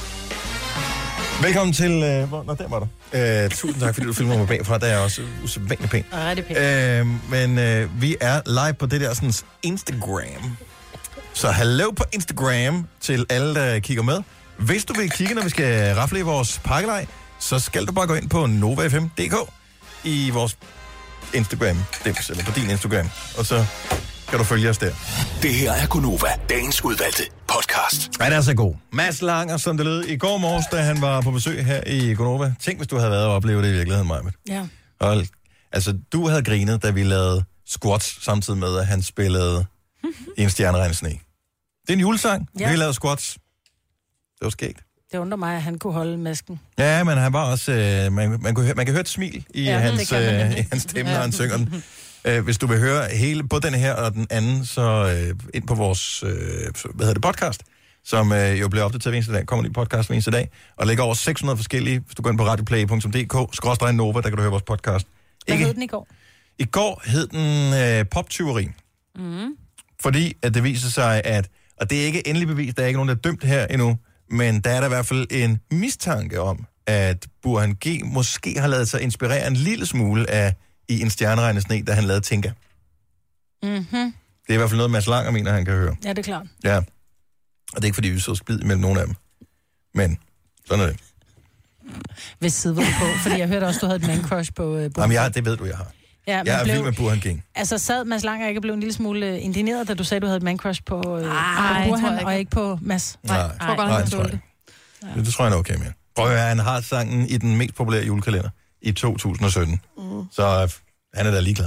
Velkommen til... der var du. Tusind tak, fordi du filmer mig bagfra. Der er også usædvanligt pænt. Rigtig pænt. Men vi er live på det der sådan Instagram. Så hallo på Instagram til alle, der kigger med. Hvis du vil kigge, når vi skal rafle i vores pakkelej, så skal du bare gå ind på novafm.dk i vores Instagram, eller på din Instagram, og så kan du følge os der. Det her er Gunova, dagens udvalgte podcast. Ja, det er så god. Mads Langer, som det lød i går morges, da han var på besøg her i Gunova. Tænk, hvis du havde været og oplevet det i virkeligheden, Majbet. Ja. Og, altså, du havde grinet, da vi lavede squats, samtidig med, at han spillede i en stjerneregn sne. Det er en julesang. Ja. Vi lavede squats. Det var skægt. Det undrer mig, at han kunne holde masken. Ja, men han var også... man kan høre et smil i hans stemme, når han synger den. Hvis du vil høre hele, både den her og den anden, så ind på vores podcast, som jo bliver opdateret hver eneste dag, kommer i podcast hver eneste dag, og lægger over 600 forskellige. Hvis du går ind på radioplay.dk/Nova, der kan du høre vores podcast. Hvad hed den i går? I går hed den poptyveri. Fordi at det viser sig, at... Og det er ikke endelig bevis, der er ikke nogen, der er dømt her endnu, men der er der i hvert fald en mistanke om, at Burhan G. måske har ladet sig inspirere en lille smule af i en stjerneregn sne, da han lavede Tinka. Mm-hmm. Det er i hvert fald noget, Mads Langer mener, han kan høre. Ja, det er klart. Ja. Og det er ikke, fordi vi så splid mellem nogen af dem. Men sådan er det. Hvis side var du på, fordi jeg hørte også, du havde et man-crush på Burhan. Jamen, det ved du, jeg har. Ja, jeg er vild med Burhan G. Altså, sad Mads Langer ikke og blev en lille smule indigneret, da du sagde, du havde et man-crush på Burhan, og ikke på Mads? Nej, det tror jeg er okay med. Prøv at høre, han har sangen i den mest populære julekalender i 2017. Så han er da ligeglad.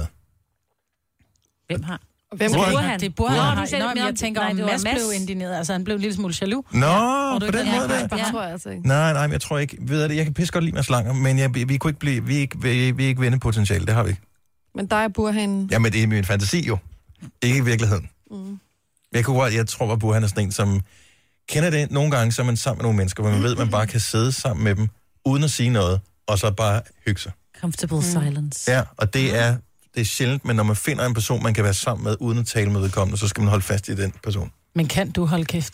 Hvem har? Hvem Burhan? Det er Burhan. Jeg tænker, om Mads blev indigneret. Altså, han blev en lille smule jaloux. Nå, på den måde der. Det tror jeg altså ikke. Nej, men jeg tror ikke. Ved det, jeg kan pisse godt lide Mads Langer, men vi kunne ikke blive, vi er ikke vendepotentiale, det har vi ikke. Men dig er Burhan... Jamen, det er min fantasi jo. Ikke i virkeligheden. Jeg tror, at Burhan er sådan en, som kender det nogle gange, så er man sammen med nogle mennesker, hvor man ved, at man bare kan sidde sammen med dem, uden at sige noget, og så bare hygge sig. Comfortable silence. Ja, og det er sjældent, men når man finder en person, man kan være sammen med, uden at tale med vedkommende, så skal man holde fast i den person. Men kan du holde kæft?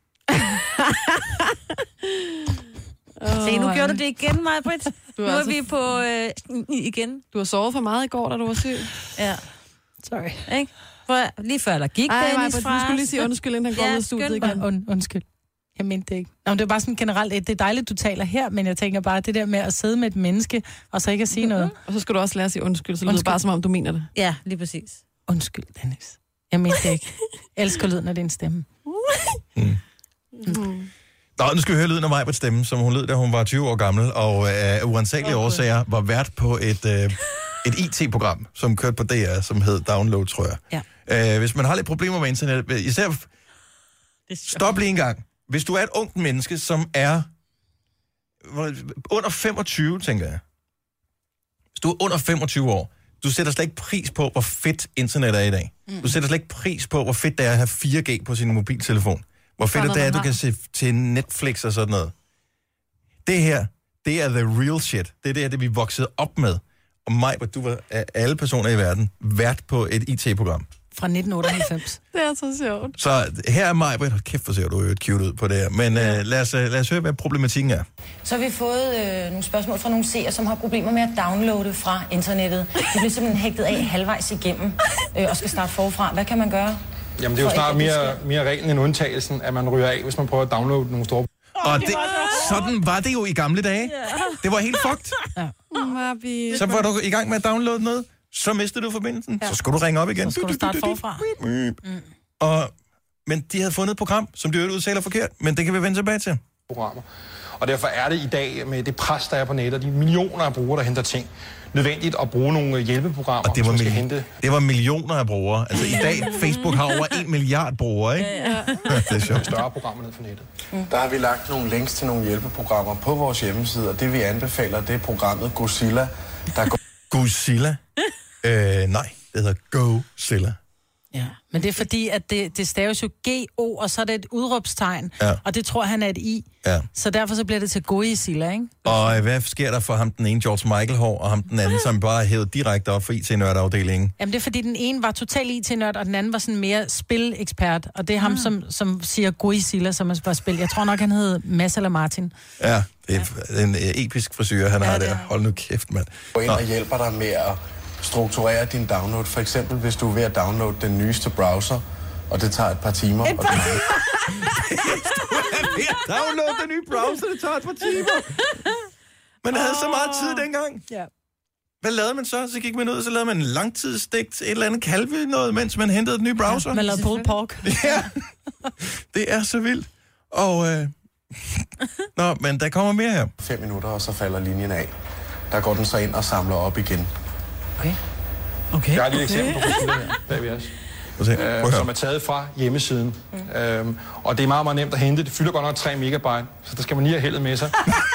Se, nu gjorde du det igen, Majbrit. Nu er vi på igen. Du har sovet for meget i går, da du var syg. Ja. Sorry. Ikke? Lige før der gik Dennis fra. Du skulle lige sige undskyld, inden han kom ud af studiet igen. Undskyld. Jeg mente det ikke. Nå, det er bare sådan generelt, det er dejligt, du taler her, men jeg tænker bare, det der med at sidde med et menneske, og så ikke at sige noget. Og så skal du også lære at sige undskyld, så lyder det bare, som om du mener det. Ja, lige præcis. Undskyld, Dennis. Jeg mente det ikke. Jeg elsker lyden af din stemme. Nå, nu skal vi høre lyden af Majberts stemme, som hun lød, da hun var 20 år gammel, og af uansagelige årsager var vært på et IT-program, som kørte på DR, som hed Download, tror jeg. Ja. Hvis man har lidt problemer med internet, især... Stop lige en gang. Hvis du er et ungt menneske, som er under 25, tænker jeg. Hvis du er under 25 år, du sætter slet ikke pris på, hvor fedt internet er i dag. Du sætter slet ikke pris på, hvor fedt det er at have 4G på sin mobiltelefon. Hvor fedt det er, at du kan se til Netflix og sådan noget. Det her, Det er the real shit. Det er det, vi voksede op med. Og Majbert, du var af alle personer i verden vært på et IT-program. Fra 1998. Det er så sjovt. Så her er Majbert. Hold kæft, hvor ser du jo cute ud på det her. Men lad os høre, hvad problematikken er. Så har vi fået nogle spørgsmål fra nogle seere, som har problemer med at downloade fra internettet. De bliver simpelthen hægtet af halvvejs igennem og skal starte forfra. Hvad kan man gøre? Jamen, det er jo snart mere reglen end undtagelsen, at man ryger af, hvis man prøver at downloade nogle store... Og sådan var det jo i gamle dage. Det var helt fucked. Så var du i gang med at downloade noget, så mistede du forbindelsen. Så skulle du ringe op igen. Så skulle du starte forfra. Men de havde fundet et program, som de udtaler forkert, men det kan vi vende tilbage til. Programmer. Og derfor er det i dag, med det pres, der er på nettet, de millioner af brugere, der henter ting, nødvendigt at bruge nogle hjælpeprogrammer, som skal hente... Det var millioner af brugere. Altså i dag, Facebook har over 1 milliard brugere, ikke? Ja. Det er sjovt. Større programmer ned for nettet. Der har vi lagt nogle links til nogle hjælpeprogrammer på vores hjemmeside, og det vi anbefaler, det er programmet Gozilla, der går... Gozilla? Nej, det hedder Gozilla. Ja, men det er fordi, at det staves jo G-O, og så er det et udråbstegn, og det tror han er et I. Ja. Så derfor så bliver det til Gozilla, ikke? Og hvad sker der for ham den ene George Michael-hår, og ham den anden, som bare hævet direkte op for IT-nørdafdelingen? Jamen det er fordi, den ene var total IT-nørd, og den anden var sådan mere spil-ekspert, og det er ham, som siger Gozilla, som er bare spil. Jeg tror nok, han hed Mads eller Martin. Ja, det er en episk frisyr, han har der. Hold nu kæft, mand. Gå ind og hjælper dig med at strukturere din download. For eksempel, hvis du er ved at downloade den nyeste browser, og det tager et par timer. Hvis du er ved at downloade den nye browser, det tager et par timer. Man havde så meget tid dengang. Ja. Hvad lavede man så? Så gik man ud, og så lavede man en langtidsstegt, et eller andet kalve noget, mens man hentede den nye browser. Ja, man lavede pulled pork. Ja, det er så vildt. Og, Nå, men der kommer mere her. 5 minutter, og så falder linjen af. Der går den så ind og samler op igen. Okay. Jeg har lige et eksempel på Gozilla her, bagved os, som er taget fra hjemmesiden. Og det er meget, meget nemt at hente. Det fylder godt nok 3 megabyte, så der skal man lige have heldet med sig.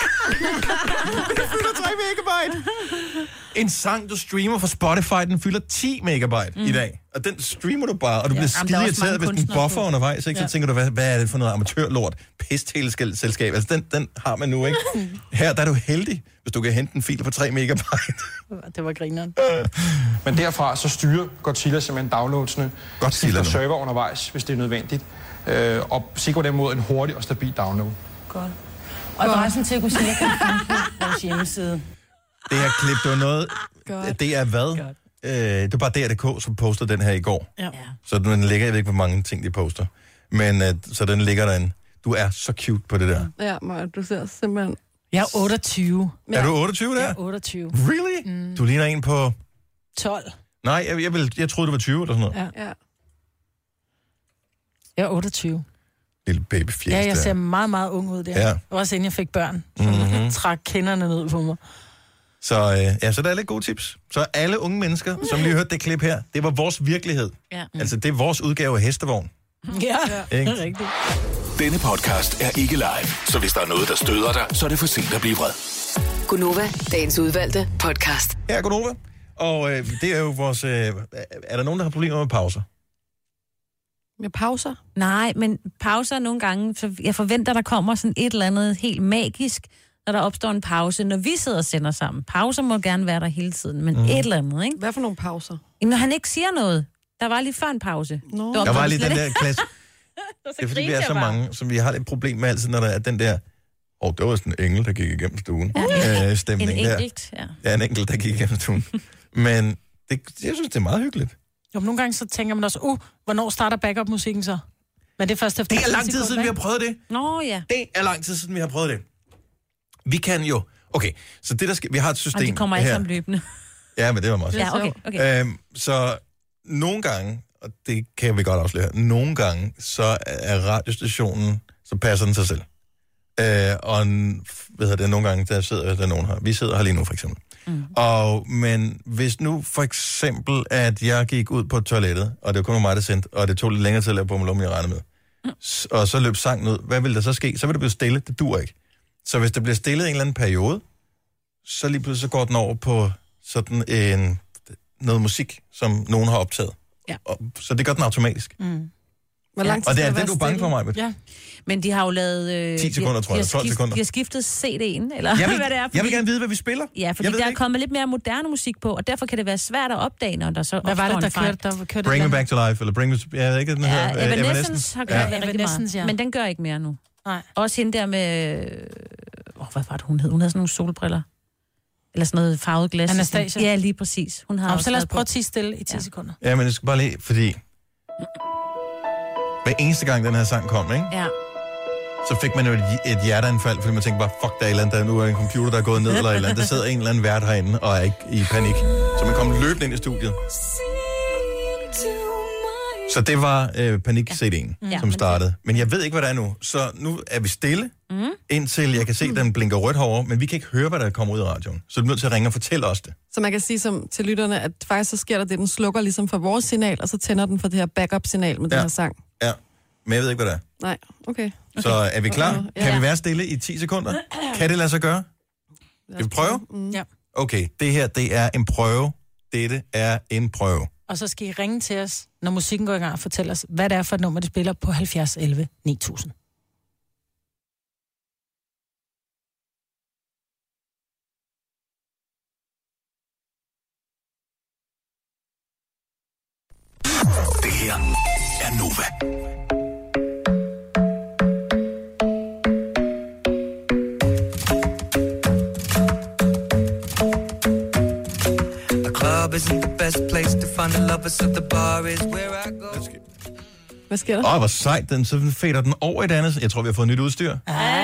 Det fylder 3 megabyte! En sang, du streamer fra Spotify, den fylder 10 megabyte i dag. Og den streamer du bare, og du bliver skide irriteret, hvis den buffer undervejs. Ikke? Så tænker du, hvad er det for noget amatørlort? Pisteleselskab. Altså, den har man nu, ikke? Her der er du heldig, hvis du kan hente en fil på 3 megabyte. Det var grineren. Men derfra så styrer Godzilla simpelthen downloadsene. Skifter server undervejs, hvis det er nødvendigt. Og sikrer dem mod en hurtig og stabil download. Godt. Og adressen til Gozilla kan du finde på vores hjemmeside. Det her klip, det var noget... Det er hvad? Det var bare DR.dk, som postede den her i går. Ja. Så den ligger, jeg ved ikke, hvor mange ting de poster. Men så den ligger derinde. Du er så cute på det der. Ja, Maja, du ser simpelthen... Jeg er 28. Er du 28 der? Jeg er 28. Really? Du ligner en på... 12. Nej, jeg troede, du var 20 eller sådan noget. Ja. Jeg er 28. Lille babyfjæs der. Ja, jeg ser meget, meget ung ud der. Ja. Også inden jeg fik børn. Så trak kinderne ned på mig. Så, så der er lidt gode tips. Så alle unge mennesker, som lige hørte det klip her, det var vores virkelighed. Ja. Altså, det er vores udgave af hestevogn. Ja, det er rigtigt. Denne podcast er ikke live, så hvis der er noget, der støder dig, så er det for sent at blive vred. Gunova, dagens udvalgte podcast. Her er Gunova, og det er jo vores... er der nogen, der har problemer med pauser? Med pauser? Nej, men pauser nogle gange, så jeg forventer, der kommer sådan et eller andet helt magisk, når der opstår en pause, når vi sidder og sender sammen. Pauser må gerne være der hele tiden, men et eller andet, ikke? Hvad for nogle pauser? Jamen, når han ikke siger noget. Der var lige før en pause. Der var lige den der klasse. Det er fordi, vi er så mange, som vi har et problem med altid, når der er den der... det var sådan en engel, der gik igennem stuen. Stemning en enkelt, der. Ja, en enkelt, der gik igennem stuen. Men jeg synes, det er meget hyggeligt. Jo, nogle gange så tænker man også, hvornår starter backup-musikken så? Men det er først efter... Det er lang tid siden, vi har prøvet det. Nå, ja. Det er lang tid siden, vi har prøvet det. Vi kan jo... Okay, så det der skal... Vi har et system her. Og de kommer alle sammen løbende. Ja, men det var meget okay. Så nogle gange, og det kan vi godt afsløre, nogle gange, så er radiostationen, så passer den sig selv. Og nogle gange, der sidder der nogen her. Vi sidder her lige nu, for eksempel. Men hvis nu for eksempel, at jeg gik ud på toilettet, og det var kun mig, der sendte, og det tog lidt længere tid at lave Bummelum, jeg regner med, og så løb sangen ud, hvad vil der så ske? Så vil det blive stille, det dur ikke. Så hvis der bliver stillet en eller anden periode, så lige pludselig så går den over på sådan noget musik, som nogen har optaget. Ja. Så det gør den automatisk. Hvor lang tid og det er det, du er bange for mig, Ja. Men de har jo lavet... 10 sekunder, tror jeg. 12 sekunder. De har skiftet CD'en, eller hvad det er. Jeg vil gerne vide, hvad vi spiller. Ja, fordi der er kommet lidt mere moderne musik på, og derfor kan det være svært at opdage, når der så hvad var det, der kørte? Bring Me Back to Life, eller Bring Me... Jeg ved ikke, den hedder... Evanescence har kørt rigtig meget. Ja. Men den gør ikke mere nu. Nej. Også hende der med... hvad var det, hun hed? Hun havde sådan nogle solbriller. Eller sådan noget farvet glas. Anastasia. Ja, lige præcis. Hun har så lad os prøve at tige stille i 10 sekunder. Ja, men jeg skal bare lige, fordi... Hver eneste gang, den her sang kom, ikke? Ja. Så fik man jo et hjerteanfald, fordi man tænkte bare, fuck, der er et eller andet, der nu er en computer, der er gået ned, eller et eller andet. Der sidder en eller anden vært herinde, og er ikke i panik. Så man kom løbende ind i studiet. Så det var Panik-CD'en, som startede. Men jeg ved ikke, hvad der er nu. Så nu er vi stille, indtil jeg kan se, at den blinker rødt herovre, men vi kan ikke høre, hvad der kommer ud af radioen. Så du er nødt til at ringe og fortælle os det. Så man kan sige til lytterne, at faktisk så sker der det, den slukker ligesom for vores signal, og så tænder den for det her backup-signal med den her sang. Ja, men jeg ved ikke, hvad det er. Nej, okay. Så er vi klar? Kan vi være stille i 10 sekunder? Kan det lade sig gøre? Skal vi prøve? Ja. Okay, det her, det er en prøve. Dette er en prøve. Og så skal I ringe til os, når musikken går i gang, og fortælle os, hvad det er for et nummer, de spiller på 70 11 9000. Det her er Nova. Isn't the best place to find the lovers, so the bar is where I go. Hvad sker der? Hvor sejt, så fader den over et andet. Jeg tror, vi har fået nyt udstyr.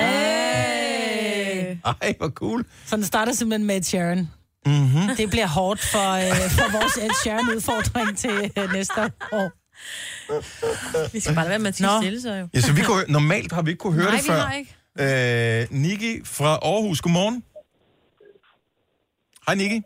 Ej, hvor cool. Så den starter simpelthen med Ed Sheeran. Mm-hmm. Det bliver hårdt for vores Ed Sheeran-udfordring til næste år. Vi skal bare være med at tige stille, så jo. Ja, så normalt har vi ikke kunne høre det før. Nej, vi har ikke. Niki fra Aarhus, godmorgen. Hej, Niki.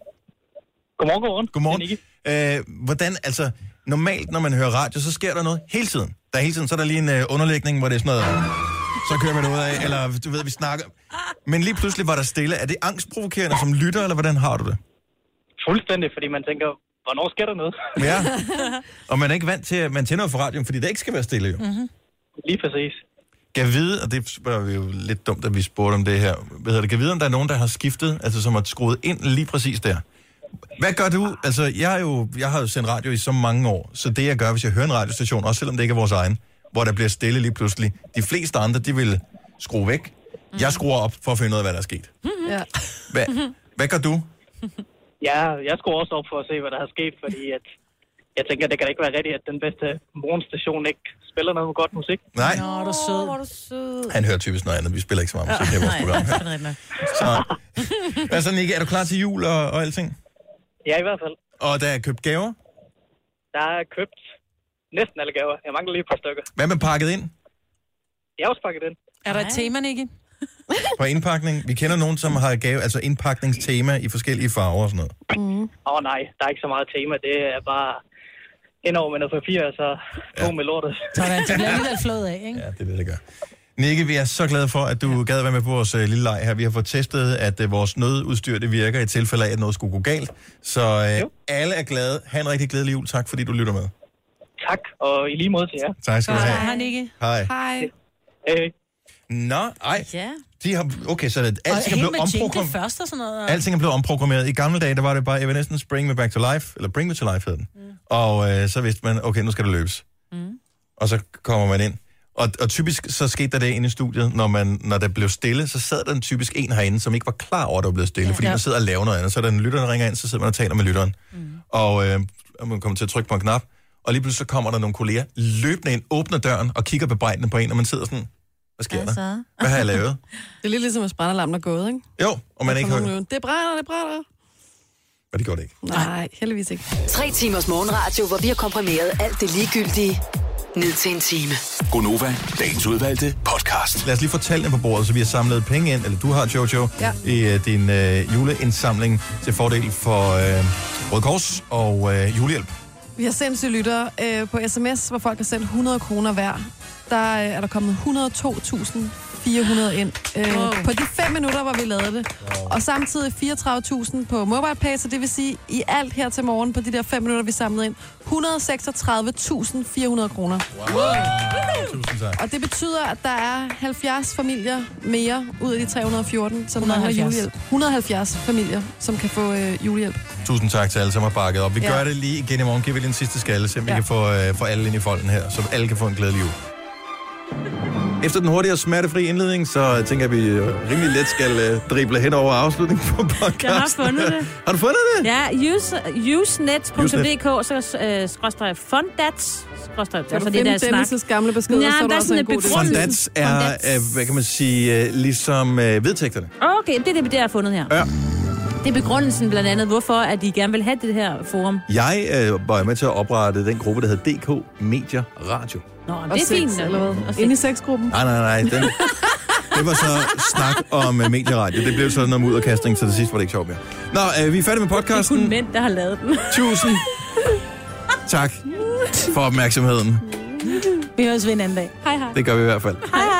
Godmorgen. Hvordan, altså, normalt, når man hører radio, så sker der noget hele tiden. Så er der lige en underlægning, hvor det er sådan noget, så kører man ud af, eller du ved, vi snakker. Men lige pludselig var der stille. Er det angstprovokerende som lytter, eller hvordan har du det? Fuldstændig, fordi man tænker, hvornår sker der noget? Ja, og man er ikke vant til, at man tænder for radioen, fordi det ikke skal være stille, jo. Mm-hmm. Lige præcis. Kan vide, og det spørger vi jo lidt dumt, at vi spurgte om det her. Kan vide, om der er nogen, der har skiftet, altså som har skruet ind lige præcis der? Hvad gør du? Altså, jeg har jo sendt radio i så mange år, så det jeg gør, hvis jeg hører en radiostation, også selvom det ikke er vores egen, hvor der bliver stille lige pludselig. De fleste andre, de vil skrue væk. Jeg skruer op for at finde ud af, hvad der er sket. Ja. Hvad gør du? Ja, jeg skruer også op for at se, hvad der er sket, fordi at jeg tænker, det kan ikke være rigtigt, at den bedste morgenstation ikke spiller noget godt musik. Nej. Nå, du er sød. Han hører typisk noget andet. Vi spiller ikke så meget musik her i vores program. Så, altså, Nicky, er du klar til jul og alting? Ja, i hvert fald. Og der er købt gaver? Der er købt næsten alle gaver. Jeg mangler lige et par stykker. Hvad med pakket ind? Jeg er også pakket ind. Er der et tema, Nicky? På indpakning? Vi kender nogen, som har gave, altså indpakningstema i forskellige farver og sådan noget. Nej, der er ikke så meget tema. Det er bare indover med noget papir, så på med lortet. Sådan, det bliver alligevel flået af, ikke? Ja, det er det, det gør. Nicky, vi er så glade for, at du gad være med på vores lille leg her. Vi har fået testet, at vores nødudstyr det virker i tilfælde af, at noget skulle gå galt. Så alle er glade. Ha' en rigtig glædelig jul. Tak, fordi du lytter med. Tak, og i lige måde til jer. Tak skal du have. Hej, Nicky. Hej. Hej. Nå, ej. Ja. De har, okay, så alting er blevet omprogrammeret. Først og sådan noget. Alting er blevet omprogrammeret. I gamle dage, der var det bare Evanescence Bring Me Back to Life, eller Bring Me to Life hed den. Og så vidste man, okay, nu skal det løbes. Og så kommer man ind. Og typisk så skete der det inde i studiet, når der blev stille, så sad der typisk en herinde, som ikke var klar over, at der blev stille, fordi man sidder og laver noget andet. Så er der en lytter, der ringer ind, så sidder man og taler med lytteren. Og man kommer til at trykke på en knap, og lige pludselig så kommer der nogle kolleger løbende ind, åbner døren og kigger bebrejdende på en, og man sidder sådan, hvad sker der? Hvad har jeg lavet? Det er lidt ligesom, at sprænderlampen er gået, ikke? Jo, og man ikke hører. Det brænder. Men det går det ikke. Nej, heldigvis ikke. 3 timers morgenradio, hvor vi har komprimeret alt det ligegyldige ned til en time. Gonova, dagens udvalgte podcast. Lad os lige få tallene på bordet, så vi har samlet penge ind, eller du har, Jojo, i din juleindsamling til fordel for Røde Kors og julehjælp. Vi har sindssyge lyttere på sms, hvor folk har sendt 100 kroner hver. Der er der kommet 102.400 ind. På de 5 minutter, hvor vi lavede det. Og samtidig 34.000 på MobilePay, så det vil sige, i alt her til morgen, på de der 5 minutter, vi samlede ind, 136.400 kroner. Wow. Tusind tak. Og det betyder, at der er 70 familier mere ud af de 314, som mangler julehjælp. 170 familier, som kan få julehjælp. Tusind tak til alle, som har bakket op. Vi gør det lige igen i morgen. Giver vi lige en sidste skalle, så vi kan få alle ind i folden her, så alle kan få en glædelig jul. Efter den hurtige og smertefri indledning, så tænker jeg, at vi rimelig let skal drible hen over afslutningen på podcasten. Jeg har fundet det. Har du fundet det? Ja, usenet.dk, så skråstrej fondats. Kan du finde Dennis' gamle beskeder, ja, så er der også en god idé. Fondats er, hvad kan man sige, ligesom vedtægterne. Okay, det er det, jeg har fundet her. Ja. Det er begrundelsen blandt andet, hvorfor at de gerne vil have det her forum. Jeg var med til at oprette den gruppe, der hedder DK Media Radio. Nå, det er fint. Eller hvad? Inde i sexgruppen? Nej. Det var så snak om medieradio. Det blev sådan noget mudderkastning, så det sidste var det ikke sjovt mere. Nå, vi er færdige med podcasten. Det er kun mænd, der har lavet den. Tusind tak for opmærksomheden. Vi høres ved en anden dag. Hej hej. Det gør vi i hvert fald. Hej hej.